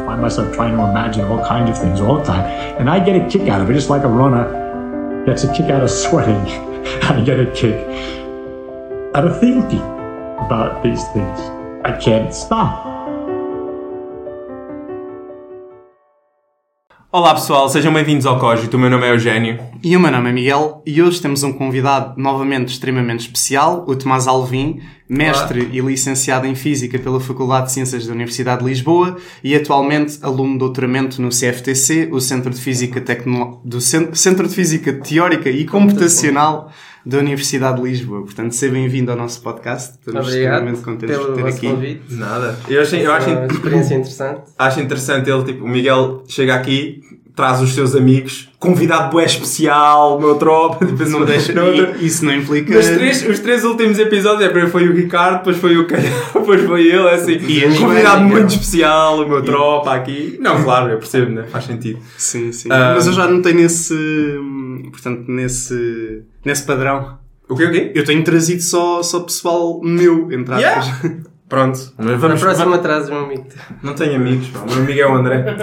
find myself trying to imagine all kinds of things all the time. And I get a kick out of it, just like a runner gets a kick out of sweating. I get a kick out of thinking about these things. I can't stop. Olá pessoal, sejam bem-vindos ao Cogito. O meu nome é Eugénio. E o meu nome é Miguel, e hoje temos um convidado novamente extremamente especial, o Tomás Alvim, mestre e licenciado em Física pela Faculdade de Ciências da Universidade de Lisboa e atualmente aluno de doutoramento no CFTC, o Centro de Física Centro de Física Teórica e Computacional da Universidade de Lisboa. Portanto, seja bem-vindo ao nosso podcast. Estamos extremamente contentes de ter aqui. Convite. Nada. Eu acho uma experiência interessante. Acho interessante ele, o Miguel chega aqui, traz os seus amigos, convidado bué especial, meu tropa, depois não deixa, isso não implica... Os três últimos episódios, primeiro foi o Ricardo, depois foi o Calhau, depois foi ele, assim, convidado muito especial, o meu tropa aqui. Não, claro, eu percebo, né? Faz sentido. Sim. Mas eu já não tenho nesse padrão. O quê? Eu tenho trazido só pessoal meu, entre aspas. Yeah. Pronto. Na próxima trazes um amigo. Não tenho amigos, pá. O meu amigo é o André.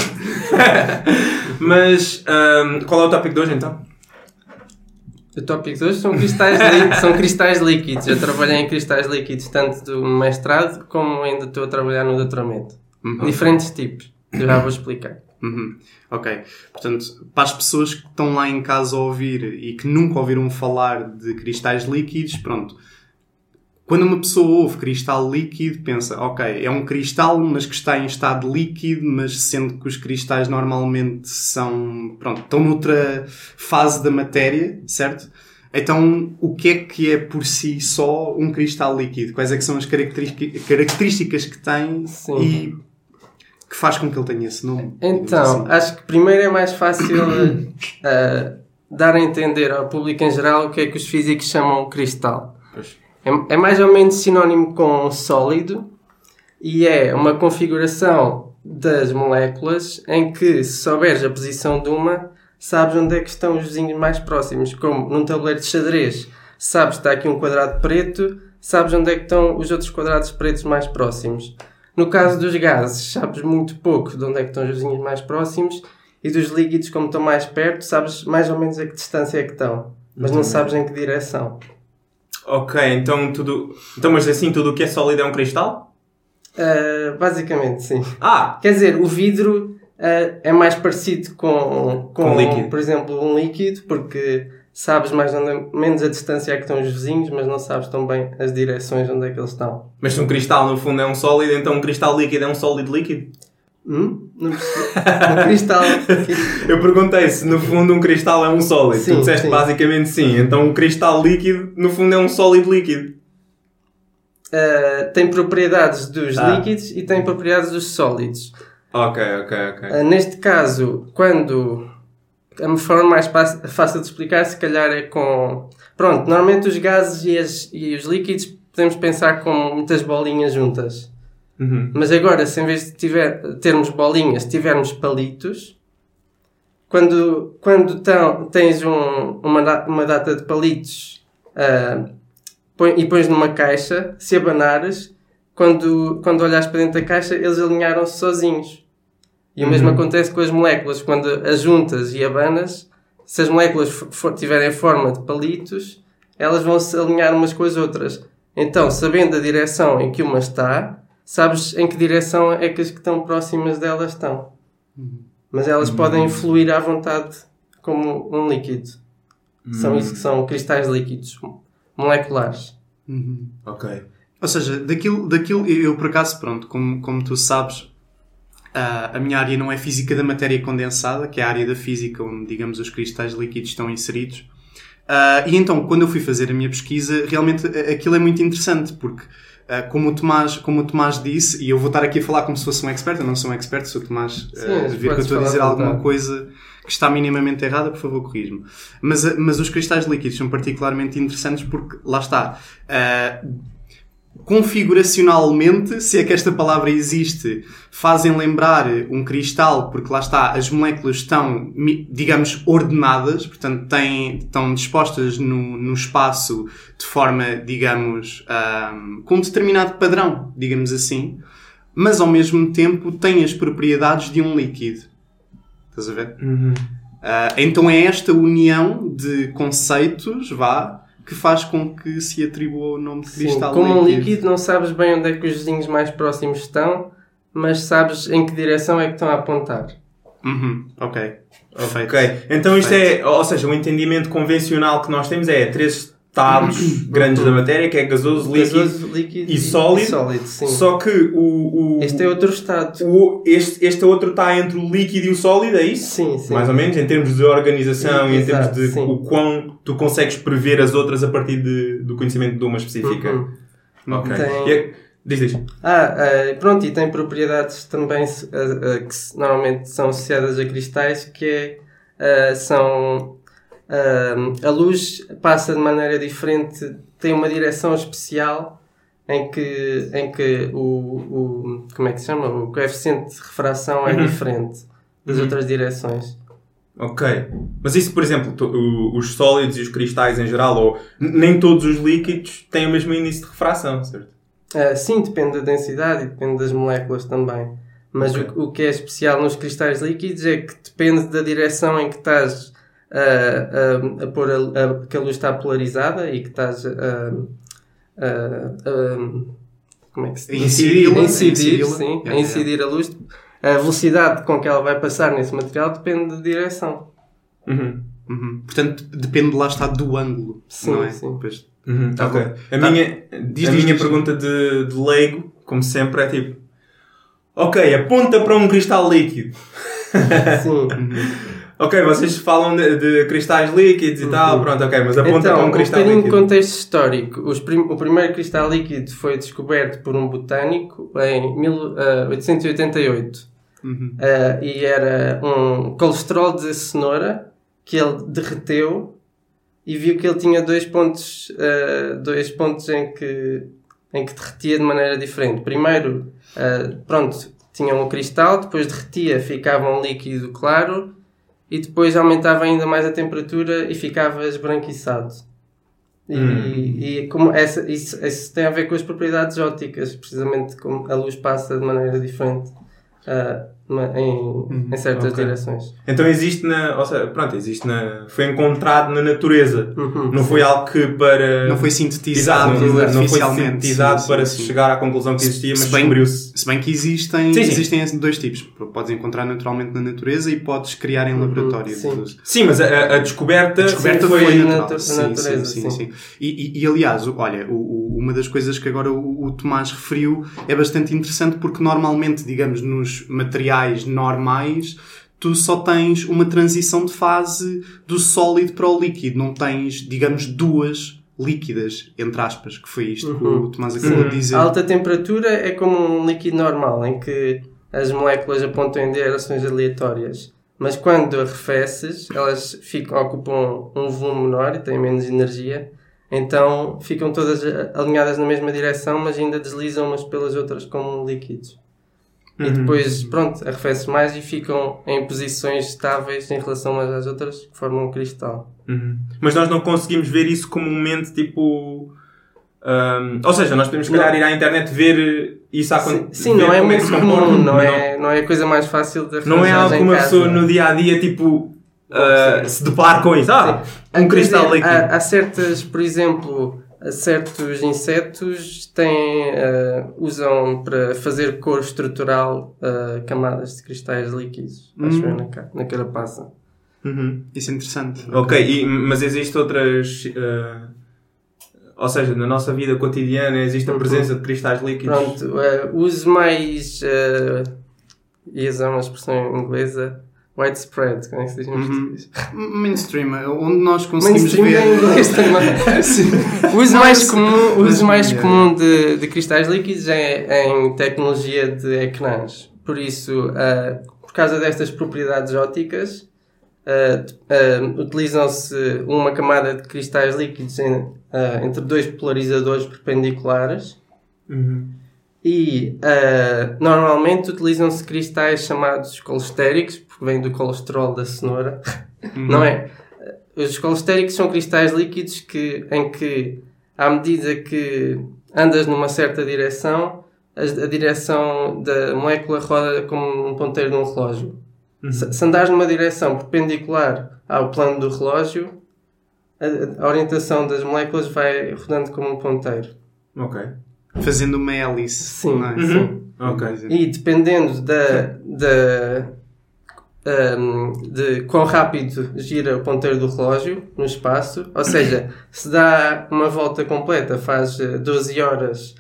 Mas, qual é o tópico de hoje, então? O tópico de hoje são cristais líquidos. Eu trabalhei em cristais líquidos tanto do mestrado como ainda estou a trabalhar no doutoramento. Diferentes tipos. Eu já vou explicar. Ok. Portanto, para as pessoas que estão lá em casa a ouvir e que nunca ouviram falar de cristais líquidos, pronto. Quando uma pessoa ouve cristal líquido, pensa, ok, é um cristal, mas que está em estado líquido, mas sendo que os cristais normalmente estão noutra fase da matéria, certo? Então, o que é por si só um cristal líquido? Quais é que são as características que tem e que faz com que ele tenha esse nome? Então, acho que primeiro é mais fácil dar a entender ao público em geral o que é que os físicos chamam cristal. É mais ou menos sinónimo com sólido e é uma configuração das moléculas em que, se souberes a posição de uma, sabes onde é que estão os vizinhos mais próximos. Como num tabuleiro de xadrez, sabes que está aqui um quadrado preto, sabes onde é que estão os outros quadrados pretos mais próximos. No caso dos gases, sabes muito pouco de onde é que estão os vizinhos mais próximos e dos líquidos, como estão mais perto, sabes mais ou menos a que distância é que estão, mas não sabes em que direção. Ok, então mas assim, tudo o que é sólido é um cristal? Basicamente, sim. Quer dizer, o vidro é mais parecido com líquido. Por exemplo, um líquido, porque sabes mais ou menos a distância a que estão os vizinhos, mas não sabes tão bem as direções onde é que eles estão. Mas se um cristal no fundo é um sólido, então um cristal líquido é um sólido líquido? Não percebi. Um cristal... Eu perguntei se no fundo um cristal é um sólido. Sim, tu disseste basicamente sim. Então um cristal líquido no fundo é um sólido líquido. Tem propriedades dos líquidos e tem propriedades dos sólidos. Ok. Neste caso, quando... A forma mais fácil de explicar se calhar é com... Pronto, normalmente os gases e os líquidos podemos pensar com muitas bolinhas juntas. Mas agora, se em vez de termos bolinhas, tivermos palitos, quando tens uma data de palitos e pões numa caixa, se abanares, quando olhares para dentro da caixa, eles alinharam-se sozinhos. E o mesmo acontece com as moléculas. Quando as juntas e abanas, se as moléculas tiverem forma de palitos, elas vão se alinhar umas com as outras. Então, sabendo a direção em que uma está, sabes em que direção é que as que estão próximas delas estão. Mas elas podem fluir à vontade como um líquido. São isso que são cristais líquidos moleculares. Ok. Ou seja, daquilo eu por acaso, pronto, como tu sabes, a minha área não é física da matéria condensada, que é a área da física onde, digamos, os cristais líquidos estão inseridos. E então, quando eu fui fazer a minha pesquisa, realmente aquilo é muito interessante, porque como o Tomás disse, e eu vou estar aqui a falar como se fosse um expert, eu não sou um expert, se o Tomás vir que eu estou a dizer alguma coisa que está minimamente errada, por favor, corrija-me. Mas os cristais líquidos são particularmente interessantes porque, lá está, configuracionalmente, se é que esta palavra existe, fazem lembrar um cristal, porque lá está, as moléculas estão, digamos, ordenadas, portanto, estão dispostas no espaço de forma, digamos, com um determinado padrão, digamos assim. mas ao mesmo tempo tem as propriedades de um líquido. Estás a ver? Então é esta união de conceitos, que faz com que se atribua o nome de cristal líquido. Como um líquido. líquido, não sabes bem onde é que os vizinhos mais próximos estão, mas sabes em que direção é que estão a apontar. Ok. Então isto é, ou seja, o entendimento convencional que nós temos é 3 estados grandes da matéria, que é gasoso, líquido e sólido. Sim. Só que este é outro estado. Este outro está entre o líquido e o sólido, é isso? Sim. Mais ou menos, em termos de organização e em termos de sim. o quão tu consegues prever as outras a partir do conhecimento de uma específica. Ok. Diz. Pronto, e tem propriedades também que normalmente são associadas a cristais, que são... a luz passa de maneira diferente, tem uma direção especial em que como é que se chama? O coeficiente de refração é diferente das outras direções. Ok. Mas isso, por exemplo, os sólidos e os cristais em geral, ou nem todos os líquidos têm o mesmo índice de refração, certo? Sim, depende da densidade e depende das moléculas também. Mas o que é especial nos cristais líquidos é que depende da direção em que estás a pôr que a luz está polarizada e que estás como é que se diz? Incidir a luz. A velocidade com que ela vai passar nesse material depende da direção. Portanto, depende lá está do ângulo. Sim, não é? sim. Pois, A minha pergunta de leigo, como sempre, é tipo: ok, aponta para um cristal líquido. Sim. Ok, vocês falam de cristais líquidos e tal, pronto, ok, mas aponta para um cristal líquido. Um bocadinho de contexto histórico. O primeiro cristal líquido foi descoberto por um botânico em 1888. E era um colesterol de cenoura que ele derreteu e viu que ele tinha dois pontos em que derretia de maneira diferente. Primeiro, tinha um cristal, depois derretia, ficava um líquido claro e depois aumentava ainda mais a temperatura e ficava esbranquiçado. E como isso tem a ver com as propriedades ópticas, precisamente como a luz passa de maneira diferente em certas direções. Então foi encontrado na natureza. Não foi algo que não foi sintetizado artificialmente. Para se chegar à conclusão que existia, mas descobriu-se. Se bem que existem dois tipos. Podes encontrar naturalmente na natureza e podes criar em laboratório. Sim, mas a descoberta foi natural. Na natureza. Sim. E aliás, olha, uma das coisas que agora o Tomás referiu é bastante interessante porque normalmente, digamos, nos materiais normais, tu só tens uma transição de fase do sólido para o líquido. Não tens, digamos, duas líquidas, entre aspas, que foi isto que o Tomás acabou de dizer. A alta temperatura é como um líquido normal, em que as moléculas apontam em direções aleatórias. Mas quando arrefeces, elas ocupam um volume menor e têm menos energia. Então ficam todas alinhadas na mesma direção, mas ainda deslizam umas pelas outras como líquidos. E depois, arrefecem mais e ficam em posições estáveis em relação umas às outras, que formam um cristal. Mas nós não conseguimos ver isso comumente, tipo... ou seja, nós podemos, se calhar, ir à internet ver isso acontecer. Sim, não é muito comum, não é a coisa mais fácil de arranjar. Não é algo que uma pessoa no dia-a-dia, tipo, se depara com isso. Um cristal líquido. Há certas, por exemplo... Certos insetos usam para fazer cor estrutural camadas de cristais líquidos. Acho na carapaça. Isso é interessante. Ok, mas existem outras... ou seja, na nossa vida cotidiana existe a presença de cristais líquidos? Uso mais... ia usar uma expressão inglesa... Widespread, como é que se diz em português? Mainstream, onde nós conseguimos ver... Mainstream em inglês também. O uso mais comum de cristais líquidos é em tecnologia de ecrãs. Por isso, por causa destas propriedades ópticas, utilizam-se uma camada de cristais líquidos entre dois polarizadores perpendiculares. E normalmente utilizam-se cristais chamados colestéricos, porque vem do colesterol da cenoura, não é? Os colestéricos são cristais líquidos em que, à medida que andas numa certa direção, a direção da molécula roda como um ponteiro de um relógio. Se andares numa direção perpendicular ao plano do relógio, a orientação das moléculas vai rodando como um ponteiro. Ok. Fazendo uma hélice. Sim, não é? sim. Ok. E dependendo de quão rápido gira o ponteiro do relógio no espaço, ou seja, se dá uma volta completa, faz 12 horas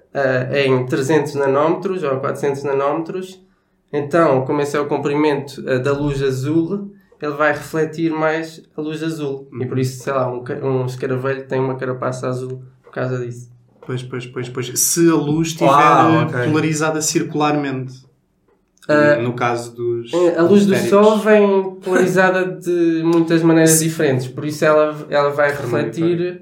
em 300 nanómetros ou 400 nanómetros, então, como esse é o comprimento da luz azul, ele vai refletir mais a luz azul. E por isso, sei lá, um escaravelho tem uma carapaça azul por causa disso. Pois. Se a luz estiver polarizada circularmente. No caso dos... A luz do esféricos. Sol vem polarizada de muitas maneiras diferentes. Por isso ela vai refletir...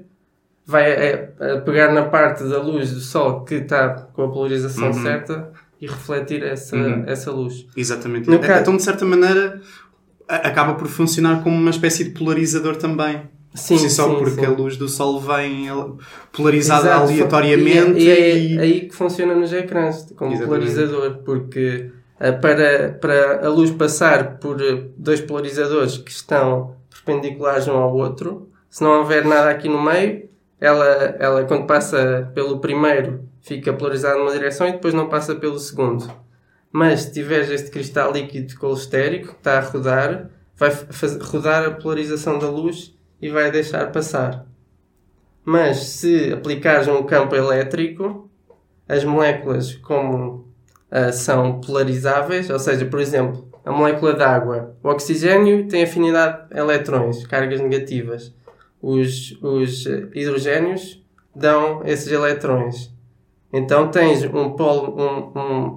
Vai pegar na parte da luz do Sol que está com a polarização certa e refletir essa luz. Exatamente. Então, de certa maneira, acaba por funcionar como uma espécie de polarizador também. Sim, porque sim. a luz do Sol vem polarizada Exato. aleatoriamente. E é aí que funciona nos ecrãs, como polarizador. Porque para a luz passar por dois polarizadores que estão perpendiculares um ao outro, se não houver nada aqui no meio, ela quando passa pelo primeiro fica polarizada numa direção e depois não passa pelo segundo. Mas se tiveres este cristal líquido colestérico que está a rodar, vai rodar a polarização da luz e vai deixar passar. Mas se aplicares um campo elétrico, as moléculas como são polarizáveis, ou seja, por exemplo, a molécula de água, o oxigênio tem afinidade a eletrões, cargas negativas. Os hidrogénios dão esses eletrões. Então tens um polo,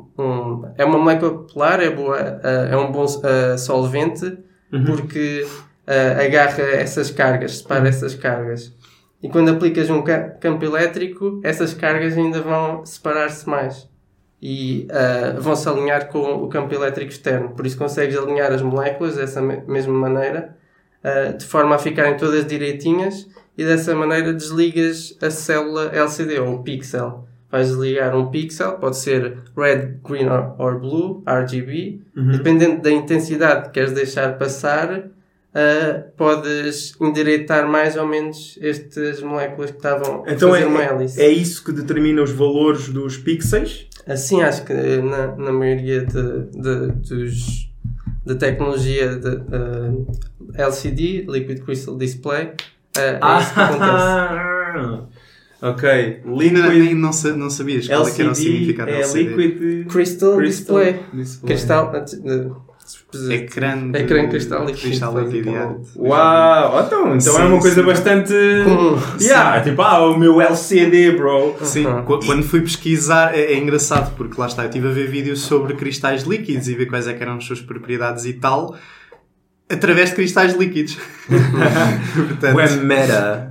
é uma molécula polar, é um bom solvente, porque agarra essas cargas, separa essas cargas. E quando aplicas um campo elétrico, essas cargas ainda vão separar-se mais. E vão-se alinhar com o campo elétrico externo. Por isso consegues alinhar as moléculas dessa mesma maneira, de forma a ficarem todas direitinhas, e dessa maneira desligas a célula LCD ou o pixel. Vais desligar um pixel, pode ser red, green or blue, RGB. Dependendo da intensidade que queres deixar passar, podes endireitar mais ou menos estas moléculas que estavam a fazer uma hélice. É isso que determina os valores dos pixels? Assim, acho que na maioria da tecnologia de LCD, Liquid Crystal Display, é isso que acontece. Ok. Liquid... Não sabias qual é que era o significado é LCD. Liquid Crystal Display. Cristal... Ecrã cristal líquido. Uau! Então sim, é uma coisa bastante... Tipo, o meu LCD, bro. Sim, quando fui pesquisar, é engraçado, porque lá está, eu estive a ver vídeos sobre cristais líquidos e ver quais é que eram as suas propriedades e tal, através de cristais líquidos. Portanto... meta.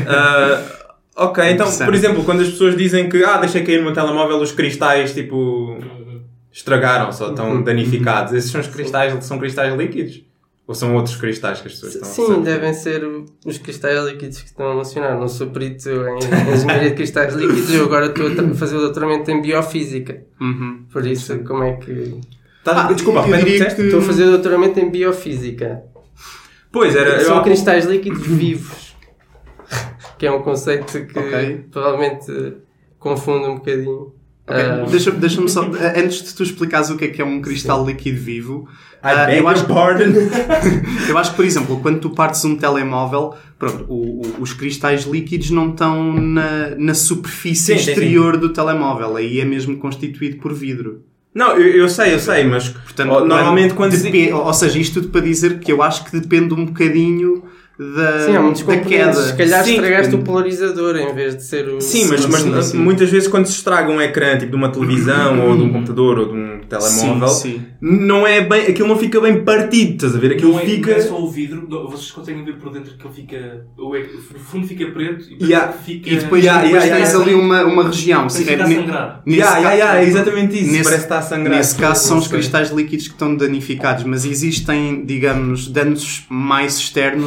Ok, então, por exemplo, quando as pessoas dizem que deixei cair no meu telemóvel os cristais, tipo... estragaram-se ou estão danificados. Esses são cristais líquidos? Ou são outros cristais que as pessoas estão a Sim, usar? devem ser os cristais líquidos que estão a mencionar. Não sou perito em engenharia de cristais líquidos. Eu agora estou a fazer o doutoramento em biofísica. Por isso, como é que... Desculpa, Estou a fazer o doutoramento em biofísica. Pois, São cristais líquidos vivos. Que é um conceito que provavelmente confunde um bocadinho. Okay. Deixa-me só, antes de tu explicares o que é um cristal líquido vivo, eu acho que, por exemplo, quando tu partes um telemóvel, pronto, os cristais líquidos não estão na superfície exterior do telemóvel, aí é mesmo constituído por vidro. Não, eu sei, mas portanto, normalmente quando... Ou seja, isto tudo para dizer que eu acho que depende um bocadinho há muitos da queda. Se calhar estragaste o polarizador em vez de ser o... Sim, mas muitas vezes quando se estraga um ecrã, tipo de uma televisão ou de um computador ou de um telemóvel, não é bem, aquilo não fica bem partido, estás a ver? Aquilo fica... Não é só o vidro, vocês conseguem ver por dentro que ele fica... O fundo fica preto e fica... E depois tens ali uma região. Fica a sangrar. É exatamente isso, parece que está a sangrar. Nesse caso são os cristais líquidos que estão danificados, mas existem, digamos, danos mais externos em que os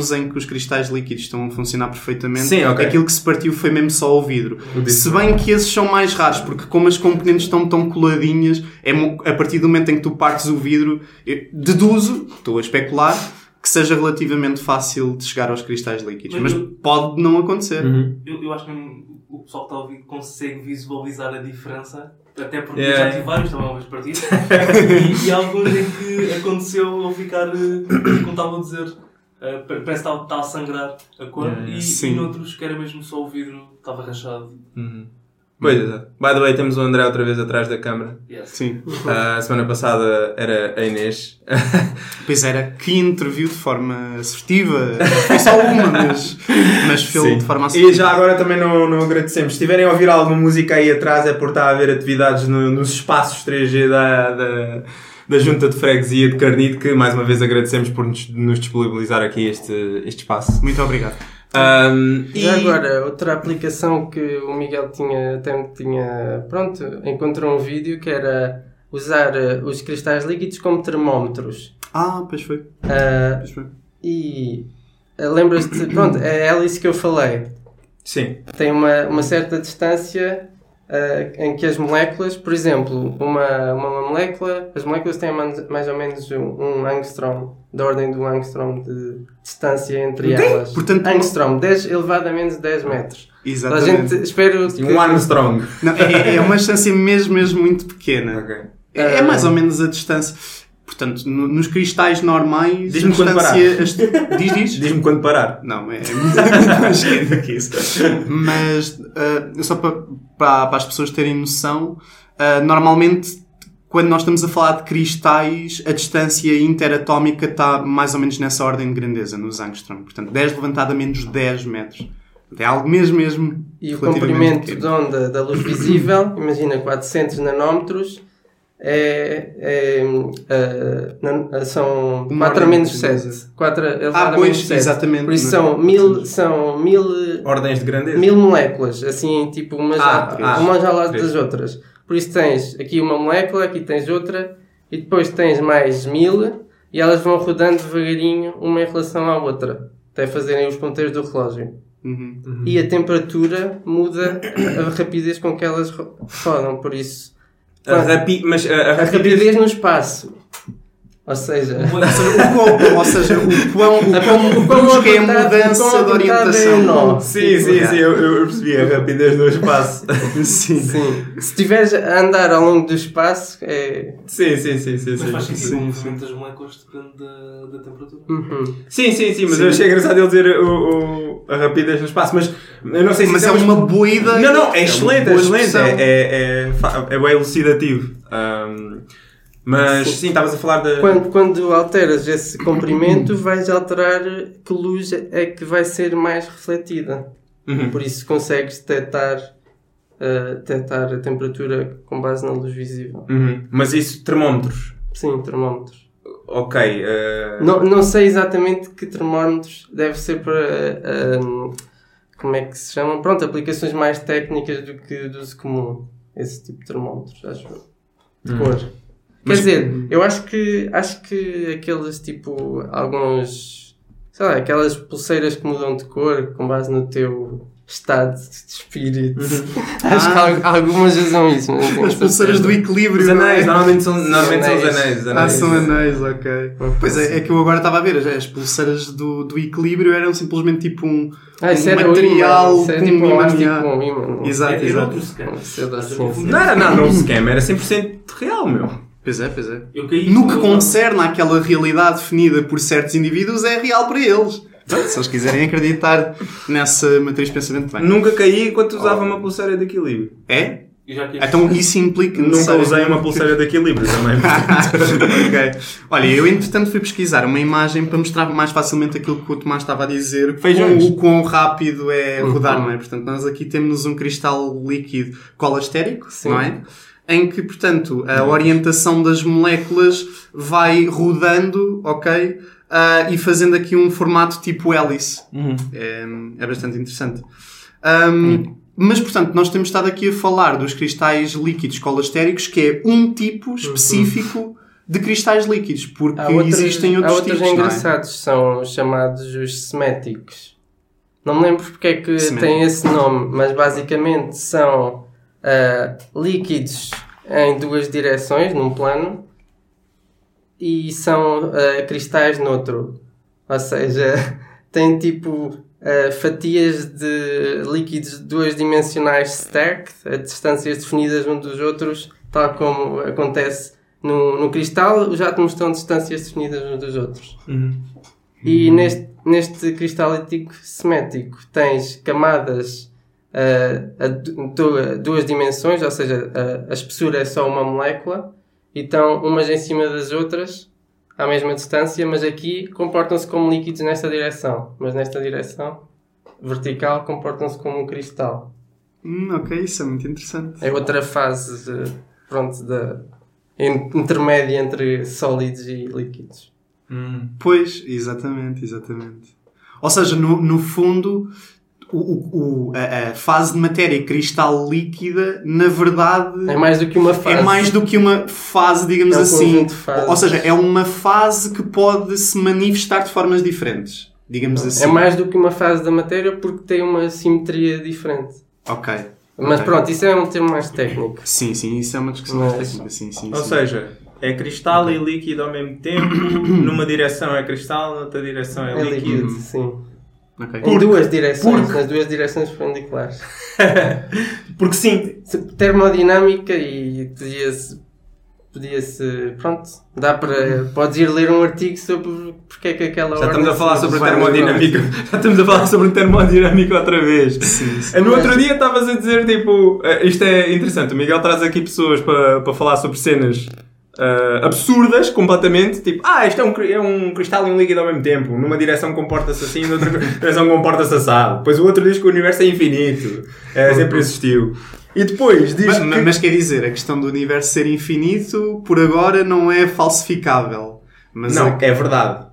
os cristais líquidos estão a funcionar perfeitamente. Sim, ok. Aquilo que se partiu foi mesmo só o vidro. Se bem que esses são mais raros, porque como as componentes estão tão coladinhas, a partir do momento em que tu partes o vidro, eu deduzo, estou a especular, que seja relativamente fácil de chegar aos cristais líquidos. Mas pode não acontecer. Eu acho que o pessoal que está a ouvir consegue visualizar a diferença, até porque eu já tive vários telemóveis partidos e alguns em que aconteceu eu ficar, como estava a dizer, parece que está a sangrar a cor e noutros que era mesmo só o vidro estava rachado. Pois, exato. By the way, temos o André outra vez atrás da câmara. Yes. Sim. A semana passada era a Inês. Pois era, que interviu de forma assertiva. Foi só uma, mas fez de forma assertiva. E já agora também não agradecemos. Se tiverem a ouvir alguma música aí atrás, é por estar a haver atividades nos espaços 3G da Junta de Freguesia de Carnide, que mais uma vez agradecemos por nos disponibilizar aqui este espaço. Muito obrigado. Já agora, outra aplicação que o Miguel encontrou um vídeo que era usar os cristais líquidos como termómetros. Pois foi. E lembras-te, é Alice que eu falei. Sim. Tem uma certa distância em que as moléculas, por exemplo, uma molécula, as moléculas têm mais ou menos um angstrom, da ordem do angstrom de distância entre elas. Portanto, angstrom, 10 elevado a menos 10 metros. Exatamente. A gente, espero que... Um Armstrong. Não, é uma distância mesmo muito pequena. Okay. É mais ou menos a distância. Portanto, nos cristais normais... Diz-me a quando parar. Diz-me quando parar. Não, é muito mais pequeno que isso. Mas, só para as pessoas terem noção, normalmente, quando nós estamos a falar de cristais, a distância interatómica está mais ou menos nessa ordem de grandeza, nos angstrom. Portanto, 10 levantado a menos 10 metros. É algo mesmo E o comprimento de onda da luz visível, imagina 400 nanómetros, são 4 a menos 7. 4 elevado a menos 7. Exatamente. Por isso são 1000 ordens de grandeza. 1000 moléculas, assim, tipo umas ao lado das outras. Por isso tens aqui uma molécula, aqui tens outra, e depois tens mais 1000, e elas vão rodando devagarinho uma em relação à outra, até fazerem os ponteiros do relógio. E a temperatura muda a rapidez com que elas rodam, por isso... A rapidez no espaço. Ou seja, o quão que é a mudança de orientação. Sim, eu percebi a rapidez no espaço. Sim. Se estiveres a andar ao longo do espaço, é... Sim. Mas faz sentido, o movimento das moléculas depende da temperatura. Sim, mas eu achei engraçado ele dizer a rapidez no espaço, mas eu não sei se mas é uma boa ideia. Não, é excelente, é bem elucidativo. Mas sim, estavas a falar de... Quando alteras esse comprimento, vais alterar que luz é que vai ser mais refletida. Por isso consegues detectar a temperatura com base na luz visível. Mas isso, termómetros? Sim, termómetros. Ok. Não sei exatamente que termómetros deve ser para... como é que se chamam? Pronto, aplicações mais técnicas do que do uso comum. Esse tipo de termómetros, acho. De cor. Quer dizer, eu acho que aqueles tipo, alguns, sei lá, aquelas pulseiras que mudam de cor com base no teu estado de espírito. Acho que algumas usam isso. As pulseiras do equilíbrio. Os anéis, normalmente são os anéis. São anéis, ok. Pois é que eu agora estava a ver, as pulseiras do equilíbrio eram simplesmente tipo um material com tipo um imã. Exato. Não, scam, era 100% real, meu. Pois é. No que concerne àquela realidade definida por certos indivíduos, é real para eles. Se eles quiserem acreditar nessa matriz de pensamento, bem. Nunca caí enquanto usava uma pulseira de equilíbrio. É? Então isso implica... Nunca usei uma pulseira de equilíbrio também. Ok. Olha, eu entretanto fui pesquisar uma imagem para mostrar mais facilmente aquilo que o Tomás estava a dizer. O quão rápido é rodar, não é? Portanto, nós aqui temos um cristal líquido colastérico, não é? Em que, portanto, a orientação das moléculas vai rodando, ok? E fazendo aqui um formato tipo hélice. É bastante interessante. Mas, portanto, nós temos estado aqui a falar dos cristais líquidos colastéricos, que é um tipo específico de cristais líquidos, porque existem há outros outros tipos, engraçados, são os chamados os seméticos. Não me lembro porque é que tem esse nome, mas basicamente são líquidos em duas direções, num plano, e são cristais noutro. Ou seja, tem tipo fatias de líquidos duas-dimensionais stacked, a distâncias definidas uns dos outros, tal como acontece no cristal, os átomos estão a distâncias definidas uns dos outros. E neste cristalítico semético tens camadas a duas dimensões, ou seja, a espessura é só uma molécula, e estão umas em cima das outras à mesma distância, mas aqui comportam-se como líquidos nesta direção, mas nesta direção vertical comportam-se como um cristal. Ok, isso é muito interessante. É outra fase intermédia entre sólidos e líquidos. Pois, exatamente. Ou seja, no fundo, a fase de matéria cristal líquida, na verdade... É mais do que uma fase. É mais do que uma fase, digamos assim. Ou seja, é uma fase que pode se manifestar de formas diferentes, digamos assim. É mais do que uma fase da matéria porque tem uma simetria diferente. Ok. Mas pronto, isso é um termo mais técnico. Sim, isso é uma discussão mais técnica. Sim. Ou seja, é cristal e líquido ao mesmo tempo, numa direção é cristal, noutra direção é líquido. Sim. Okay. Em duas direções, nas duas direções perpendiculares. Porque sim. Termodinâmica e podia-se, pronto, podes ir ler um artigo sobre porque é que aquela Já estamos a falar sobre termodinâmica. Já estamos a falar sobre termodinâmica outra vez. Sim. No outro dia estavas a dizer, tipo, isto é interessante, o Miguel traz aqui pessoas para falar sobre cenas absurdas, completamente, tipo, isto é um cristal e um líquido ao mesmo tempo, numa direção comporta-se assim, noutra direção comporta-se assado. Depois o outro diz que o universo é infinito, sempre existiu. E depois diz mas quer dizer, a questão do universo ser infinito, por agora não é falsificável. Mas não, é verdade.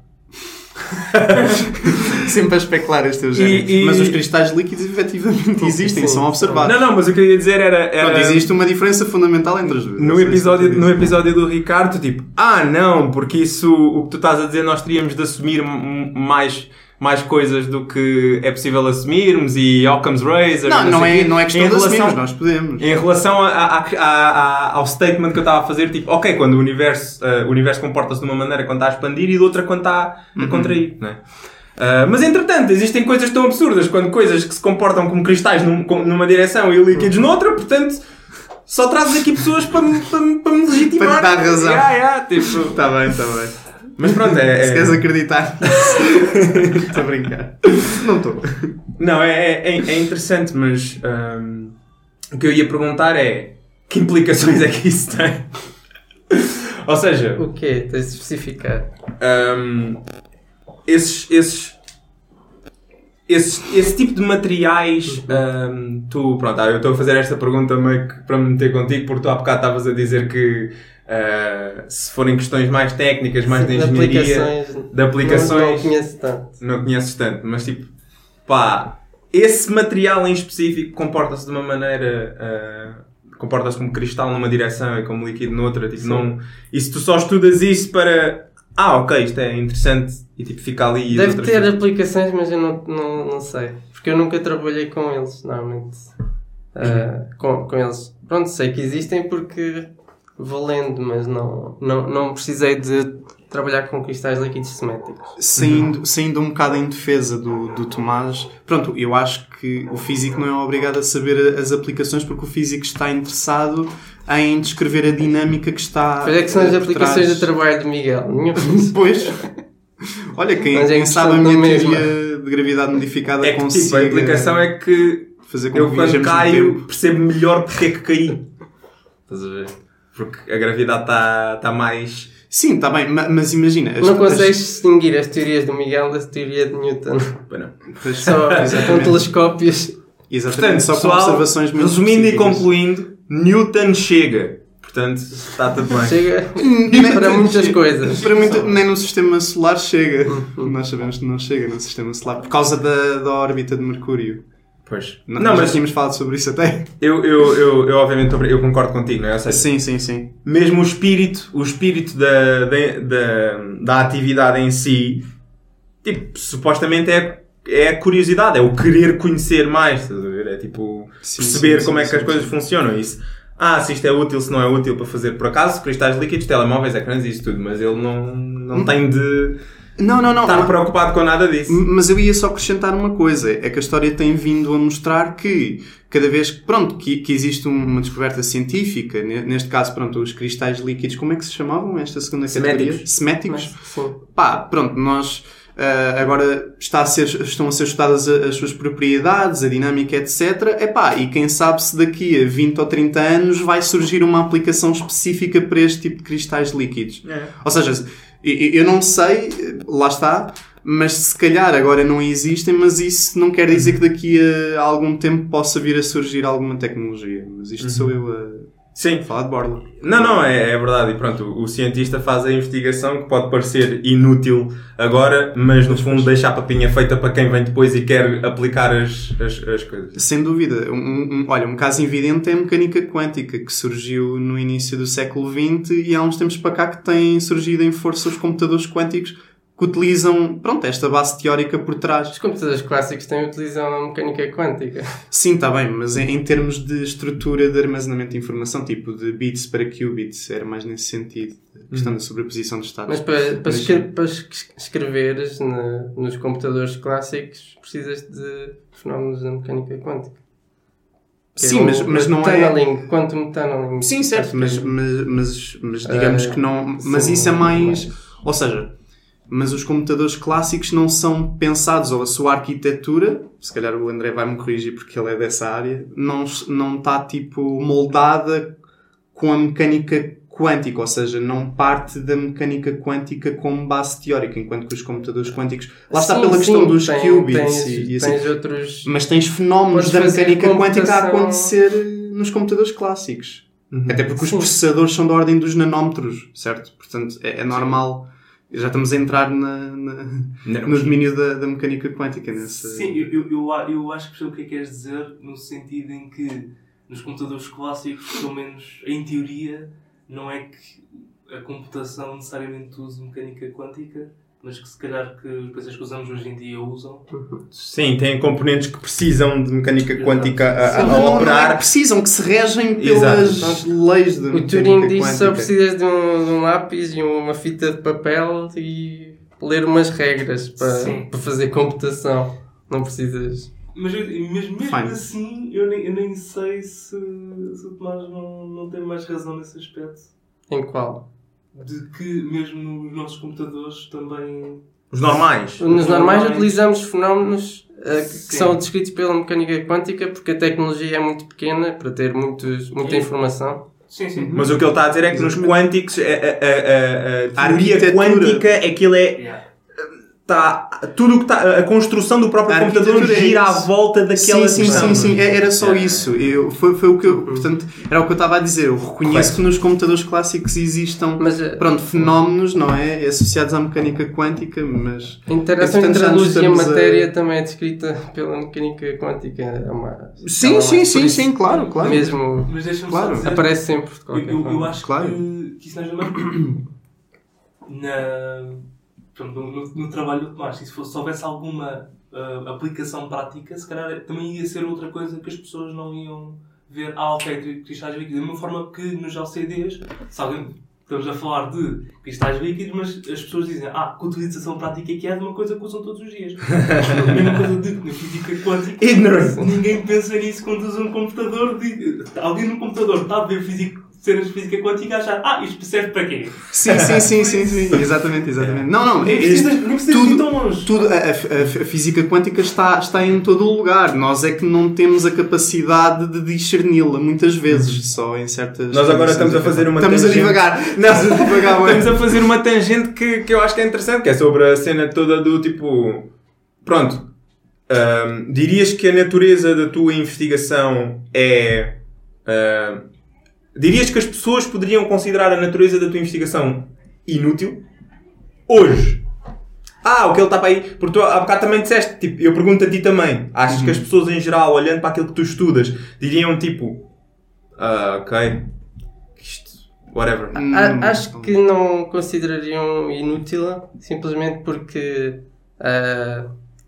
Sempre a especular este género. Mas os cristais líquidos efetivamente existem, são observados. Não, mas o que eu ia dizer era... Pronto, existe uma diferença fundamental entre as duas. No episódio do Ricardo, tipo, não, porque isso, o que tu estás a dizer, nós teríamos de assumir mais coisas do que é possível assumirmos, e Occam's Razor... Não é questão de assumirmos, nós podemos. Em relação ao statement que eu estava a fazer, tipo, ok, quando o universo comporta-se de uma maneira quando está a expandir e de outra quando está a contrair, não é? Mas entretanto, existem coisas tão absurdas quando coisas que se comportam como cristais numa direção e líquidos noutra, portanto, só trazes aqui pessoas para me legitimar. Para te dar razão. Tipo... Está bem. Mas pronto, se queres acreditar. Estou a brincar. Não estou. Não, é interessante, mas o que eu ia perguntar é que implicações é que isso tem? Ou seja... O quê? Tens de especificar. Esse tipo de materiais, eu estou a fazer esta pergunta meio que para me meter contigo, porque tu há bocado estavas a dizer que se forem questões mais técnicas, mais de engenharia, de aplicações, não conheces tanto, mas tipo, esse material em específico comporta-se de uma maneira, comporta-se como cristal numa direção e como líquido noutra, tipo, não, e se tu só estudas isso para, ok, isto é interessante e tipo, fica ali. Deve ter aplicações, mas eu não sei, porque eu nunca trabalhei com eles, normalmente, com eles, pronto, sei que existem porque vou lendo, mas não precisei de trabalhar com cristais líquidos seméticos. Saindo um bocado em defesa do Tomás, pronto, eu acho que o físico não é obrigado a saber as aplicações, porque o físico está interessado em descrever a dinâmica que está... Pois é que são as aplicações do trabalho de Miguel. Pois. Olha, quem sabe a minha teoria de gravidade modificada é que, tipo, a aplicação é que eu quando caio percebo melhor porque é que caí. Estás a ver? Porque a gravidade está mais... Sim, está bem, mas imagina... Não consegues distinguir as teorias do Miguel da teoria de Newton. Pois não. Só com telescópios. Exatamente, portanto, só pessoal, com observações muito resumindo específicas. E concluindo, Newton chega. Portanto, está tudo bem. Chega para muitas coisas. Nem no sistema solar chega. Nós sabemos que não chega no sistema solar. Por causa da órbita de Mercúrio. Pois. Não, mas tínhamos falado sobre isso até. Eu obviamente, eu concordo contigo, não é? Ou seja, Sim. mesmo o espírito da atividade em si, tipo, supostamente é a curiosidade, é o querer conhecer mais, estás a ver? É tipo, perceber como é que as coisas funcionam. Isso. Se isto é útil, se não é útil para fazer. Por acaso, cristais líquidos, telemóveis, ecrãs, isso tudo, mas ele não tem de... Não. estar preocupado com nada disso. Mas eu ia só acrescentar uma coisa. É que a história tem vindo a mostrar que cada vez que existe uma descoberta científica, neste caso, os cristais líquidos, como é que se chamavam esta segunda categoria? Seméticos. Nós... agora estão a ser estudadas as suas propriedades, a dinâmica, etc. E quem sabe se daqui a 20 ou 30 anos vai surgir uma aplicação específica para este tipo de cristais líquidos. Ou seja, eu não sei, lá está, mas se calhar agora não existem, mas isso não quer dizer que daqui a algum tempo possa vir a surgir alguma tecnologia. Mas isto sou eu a falar de borla. Não, é verdade. E pronto, o cientista faz a investigação que pode parecer inútil agora, mas no fundo deixa a papinha feita para quem vem depois e quer aplicar as coisas. Sem dúvida. Um caso evidente é a mecânica quântica, que surgiu no início do século XX e há uns tempos para cá que têm surgido em força os computadores quânticos que utilizam, esta base teórica por trás. Os computadores clássicos utilizam a mecânica quântica. Sim, está bem, mas em termos de estrutura de armazenamento de informação, tipo de bits para qubits, era mais nesse sentido, a questão da sobreposição de estados. Mas para escreveres nos computadores clássicos, precisas de fenómenos da mecânica quântica. Sim, mas não é... Quantum tunneling. Sim, certo, mas digamos que não... Mas isso é mais... Ou seja... Mas os computadores clássicos não são pensados, ou a sua arquitetura, se calhar o André vai-me corrigir porque ele é dessa área, não está moldada com a mecânica quântica, ou seja, não parte da mecânica quântica como base teórica, enquanto que os computadores quânticos... Lá está pela questão dos qubits e assim. Outros... Mas tens fenómenos da mecânica quântica a acontecer nos computadores clássicos. Até porque os processadores são da ordem dos nanómetros, certo? Portanto, é normal... Já estamos a entrar no domínio da mecânica quântica. Sim, eu acho que percebo o que queres dizer, no sentido em que nos computadores clássicos, pelo menos em teoria, não é que a computação necessariamente use mecânica quântica, mas que se calhar que as coisas que usamos hoje em dia usam. Sim, tem componentes que precisam de mecânica quântica a operar. Não precisam, que se regem pelas leis da mecânica quântica. O Turing diz que só precisas de um lápis e uma fita de papel e ler umas regras para fazer computação. Não precisas... Mas mesmo assim, eu nem sei se o Tomás não tem mais razão nesse aspecto. Em qual? De que mesmo nos nossos computadores também... Os normais? Nos normais utilizamos fenómenos que são descritos pela mecânica quântica porque a tecnologia é muito pequena para ter muita informação. Sim. Mas o que ele está a dizer é que nos quânticos a teoria quântica, aquilo é... tudo que está, a construção do próprio computador gira à volta daquela questão. Sim, era só isso. Foi o que eu, portanto, era o que eu estava a dizer. Eu reconheço que nos computadores clássicos existam fenómenos, não é? Associados à mecânica quântica, mas... A interação entre a luz e a matéria também é descrita pela mecânica quântica. Sim, claro. Mesmo, mas deixa-me só dizer, aparece sempre de qualquer forma. Eu acho que isso no trabalho do Tomás, se houvesse alguma aplicação prática, se calhar também ia ser outra coisa que as pessoas não iam ver. Cristais líquidos. Da mesma forma que nos LCDs, estamos a falar de cristais líquidos, mas as pessoas dizem que utilização prática que é de uma coisa que usam todos os dias. A mesma coisa na física quântica. Ninguém pensa nisso quando usa um computador. Alguém no computador está a ver cenas de física quântica e achar, isto serve para quê? Sim. Exatamente. Não precisa ir tão longe. A física quântica está em todo o lugar. Nós é que não temos a capacidade de discerni-la muitas vezes, só em certas... Nós agora estamos a fazer uma tangente. Estamos a divagar. Estamos a fazer uma tangente que eu acho que é interessante, que é sobre a cena toda do tipo... Pronto. Dirias que a natureza da tua investigação é... Dirias que as pessoas poderiam considerar a natureza da tua investigação inútil? Hoje? o que ele está para aí... Porque tu há bocado também disseste, tipo, eu pergunto a ti também. Achas que as pessoas em geral, olhando para aquilo que tu estudas, diriam tipo... ok... Isto... Whatever. Acho que não considerariam inútil, simplesmente porque há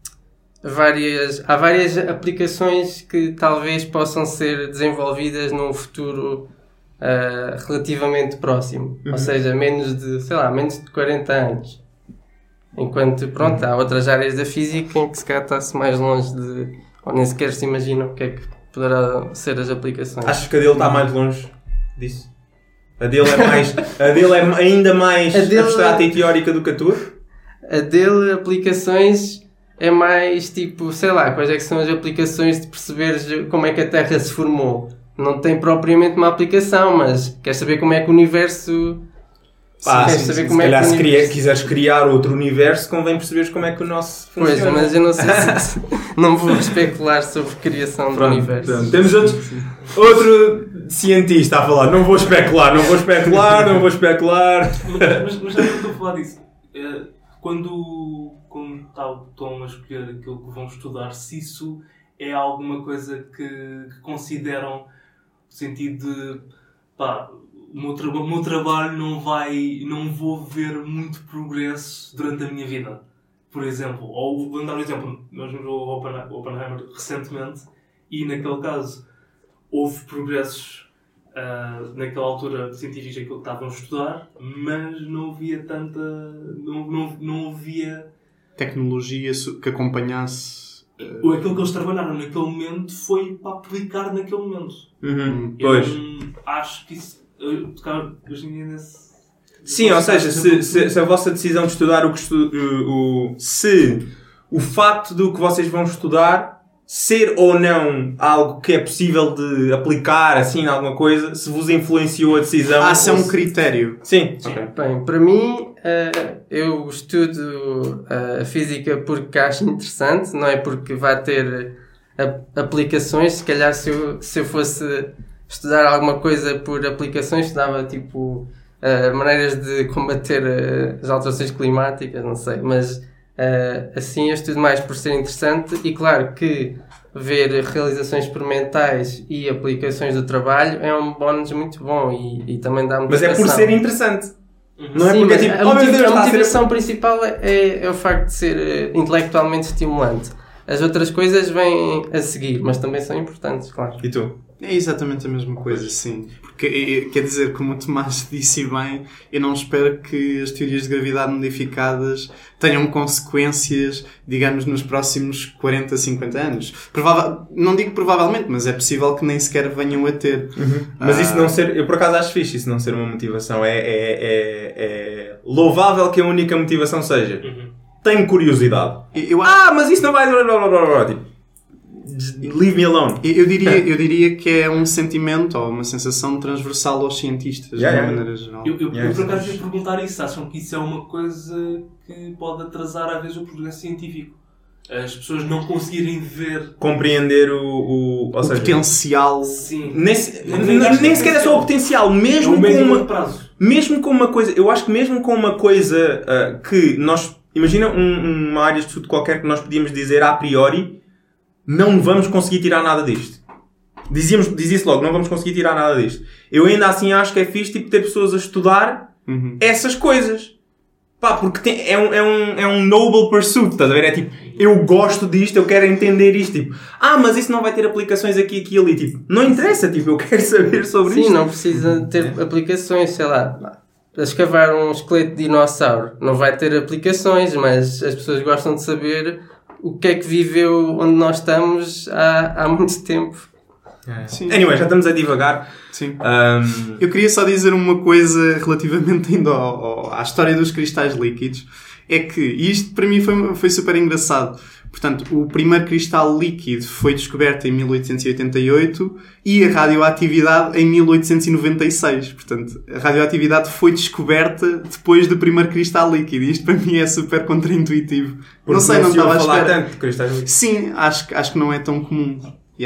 várias aplicações que talvez possam ser desenvolvidas num futuro relativamente próximo, ou seja, menos de 40 anos. Enquanto, pronto, há outras áreas da física em que se calhar está-se mais longe de... ou nem sequer se imagina o que é que poderá ser as aplicações. Achas que a dele está mais longe disso? A dele é ainda mais abstrata e teórica do que a tua? A dele, aplicações, é mais tipo, sei lá, quais é que são as aplicações de perceberes como é que a Terra se formou. Não tem propriamente uma aplicação, mas queres saber como é que o universo... Se calhar se quiseres criar outro universo, convém perceberes como é que o nosso funciona. Pois, mas eu não sei se... não vou especular sobre criação do universo. Pronto. Temos outro cientista a falar. Não vou especular. Mas já que estou a falar disso, quando estão a escolher aquilo que vão estudar, se isso é alguma coisa que consideram no sentido de... o meu trabalho não vou ver muito progresso durante a minha vida. Por exemplo, ou vou dar um exemplo, nós vimos o Oppenheimer recentemente e naquele caso houve progressos naquela altura científicos aquilo que estavam a estudar, mas não havia tanta... não havia... tecnologia que acompanhasse... Aquilo que eles trabalharam naquele momento foi para aplicar naquele momento. Pois. Acho que isso... Sim, ou seja, se a vossa decisão de estudar se o facto do que vocês vão estudar ser ou não algo que é possível de aplicar assim em alguma coisa, se vos influenciou a decisão... se é um critério. Sim. Okay. Bem, para mim, eu estudo a física porque acho interessante, não é porque vai ter aplicações. Se calhar se eu fosse estudar alguma coisa por aplicações, estudava tipo maneiras de combater as alterações climáticas, não sei, mas assim eu estudo mais por ser interessante. E claro que ver realizações experimentais e aplicações do trabalho é um bónus muito bom e também dá motivação. Mas é por ser interessante. Não é Sim, porque tipo, a motivação principal é o facto de ser intelectualmente estimulante. As outras coisas vêm a seguir, mas também são importantes, claro. E tu? É exatamente a mesma coisa, sim. Porque, quer dizer, como o Tomás disse bem, eu não espero que as teorias de gravidade modificadas tenham consequências, digamos, nos próximos 40, 50 anos. Não digo provavelmente, mas é possível que nem sequer venham a ter. Mas isso não ser... Eu, por acaso, acho fixe isso não ser uma motivação. É louvável que a única motivação seja... Tenho curiosidade. Mas isso não vai... Tipo, leave me alone. Eu diria que é um sentimento ou uma sensação transversal aos cientistas, de uma maneira geral. Eu por acaso ia perguntar isso. Acham que isso é uma coisa que pode atrasar às vezes o progresso científico? As pessoas não conseguirem ver... Compreender o potencial. Sim. Nem sequer é só o potencial. Mesmo com uma coisa... Eu acho que mesmo com uma coisa que nós... Imagina uma área de estudo qualquer que nós podíamos dizer a priori, não vamos conseguir tirar nada disto. Dizia-se logo, não vamos conseguir tirar nada disto. Eu ainda assim acho que é fixe tipo, ter pessoas a estudar essas coisas. Porque é um noble pursuit, estás a ver? É tipo, eu gosto disto, eu quero entender isto. Tipo, mas isso não vai ter aplicações aqui e ali. Tipo, não interessa, tipo, eu quero saber sobre isto. Sim, não precisa ter aplicações, sei lá. A escavar um esqueleto de dinossauro não vai ter aplicações, mas as pessoas gostam de saber o que é que viveu onde nós estamos há muito tempo. Anyway, já estamos a divagar. Sim. Eu queria só dizer uma coisa relativamente ainda à história dos cristais líquidos. É que isto para mim foi super engraçado. Portanto, o primeiro cristal líquido foi descoberto em 1888 e a radioatividade em 1896. Portanto, a radioatividade foi descoberta depois do primeiro cristal líquido. E isto para mim é super contraintuitivo. Não sei, não estava a falar tanto de cristais líquidos. Sim, acho que não é tão comum.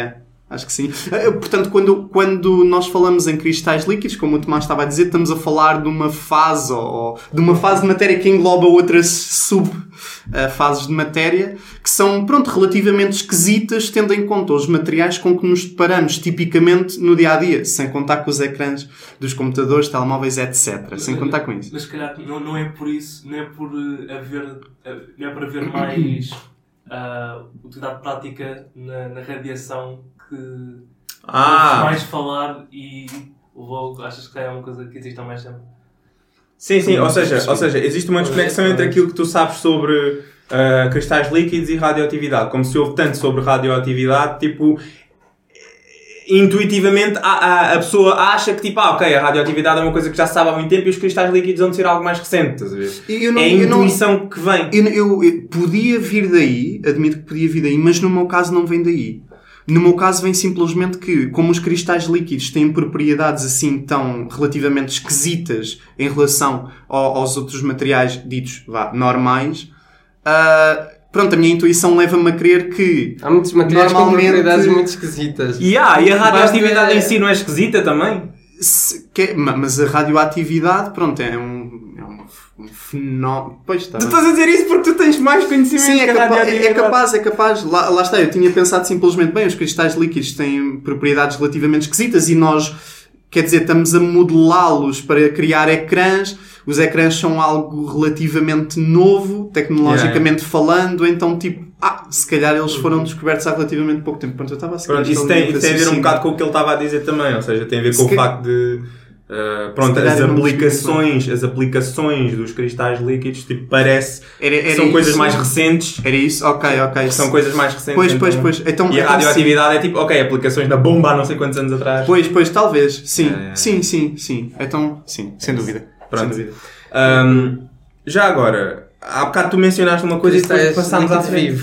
Acho que sim. Portanto, quando nós falamos em cristais líquidos, como o Tomás estava a dizer, estamos a falar de uma fase ou de uma fase de matéria que engloba outras sub-fases de matéria que são, relativamente esquisitas, tendo em conta os materiais com que nos deparamos tipicamente no dia-a-dia, sem contar com os ecrãs dos computadores, telemóveis, etc. Sem contar com isso. Mas se calhar não é por isso, não é por haver mais utilidade prática na radiação que mais falar e logo achas que é uma coisa que existe há mais tempo? Sim, ou seja, existe uma desconexão entre aquilo que tu sabes sobre cristais líquidos e radioatividade. Como se ouve tanto sobre radioatividade, tipo, intuitivamente a pessoa acha que tipo, ok, a radioatividade é uma coisa que já se sabe há muito tempo e os cristais líquidos vão ser algo mais recente, estás a ver? É a intuição que vem. Eu podia vir daí, admito que podia vir daí, mas no meu caso não vem daí. No meu caso vem simplesmente que, como os cristais líquidos têm propriedades assim tão relativamente esquisitas em relação aos outros materiais ditos normais, a minha intuição leva-me a crer que há muitos materiais com propriedades muito esquisitas. E a radioatividade em si não é esquisita também? Mas a radioatividade, é um fenómeno. Pois está. Tu estás a dizer isso porque tu tens mais conhecimento. Sim, é capaz. Lá está, eu tinha pensado simplesmente, bem, os cristais líquidos têm propriedades relativamente esquisitas e nós, estamos a modelá-los para criar ecrãs. Os ecrãs são algo relativamente novo, tecnologicamente falando, então se calhar eles foram descobertos há relativamente pouco tempo. Eu estava a seguir isso tem a ver um bocado com o que ele estava a dizer também, ou seja, tem a ver com o facto de as aplicações dos cristais líquidos, tipo, parece são coisas mais recentes. Era isso? Ok. São coisas mais recentes. Pois. Então, e a radioatividade é tipo, aplicações da bomba há não sei quantos anos atrás. Pois, talvez. Sim. Então, sim, sem dúvida. Pronto. Sem dúvida. Já agora, há bocado tu mencionaste uma coisa e depois passámos à frente.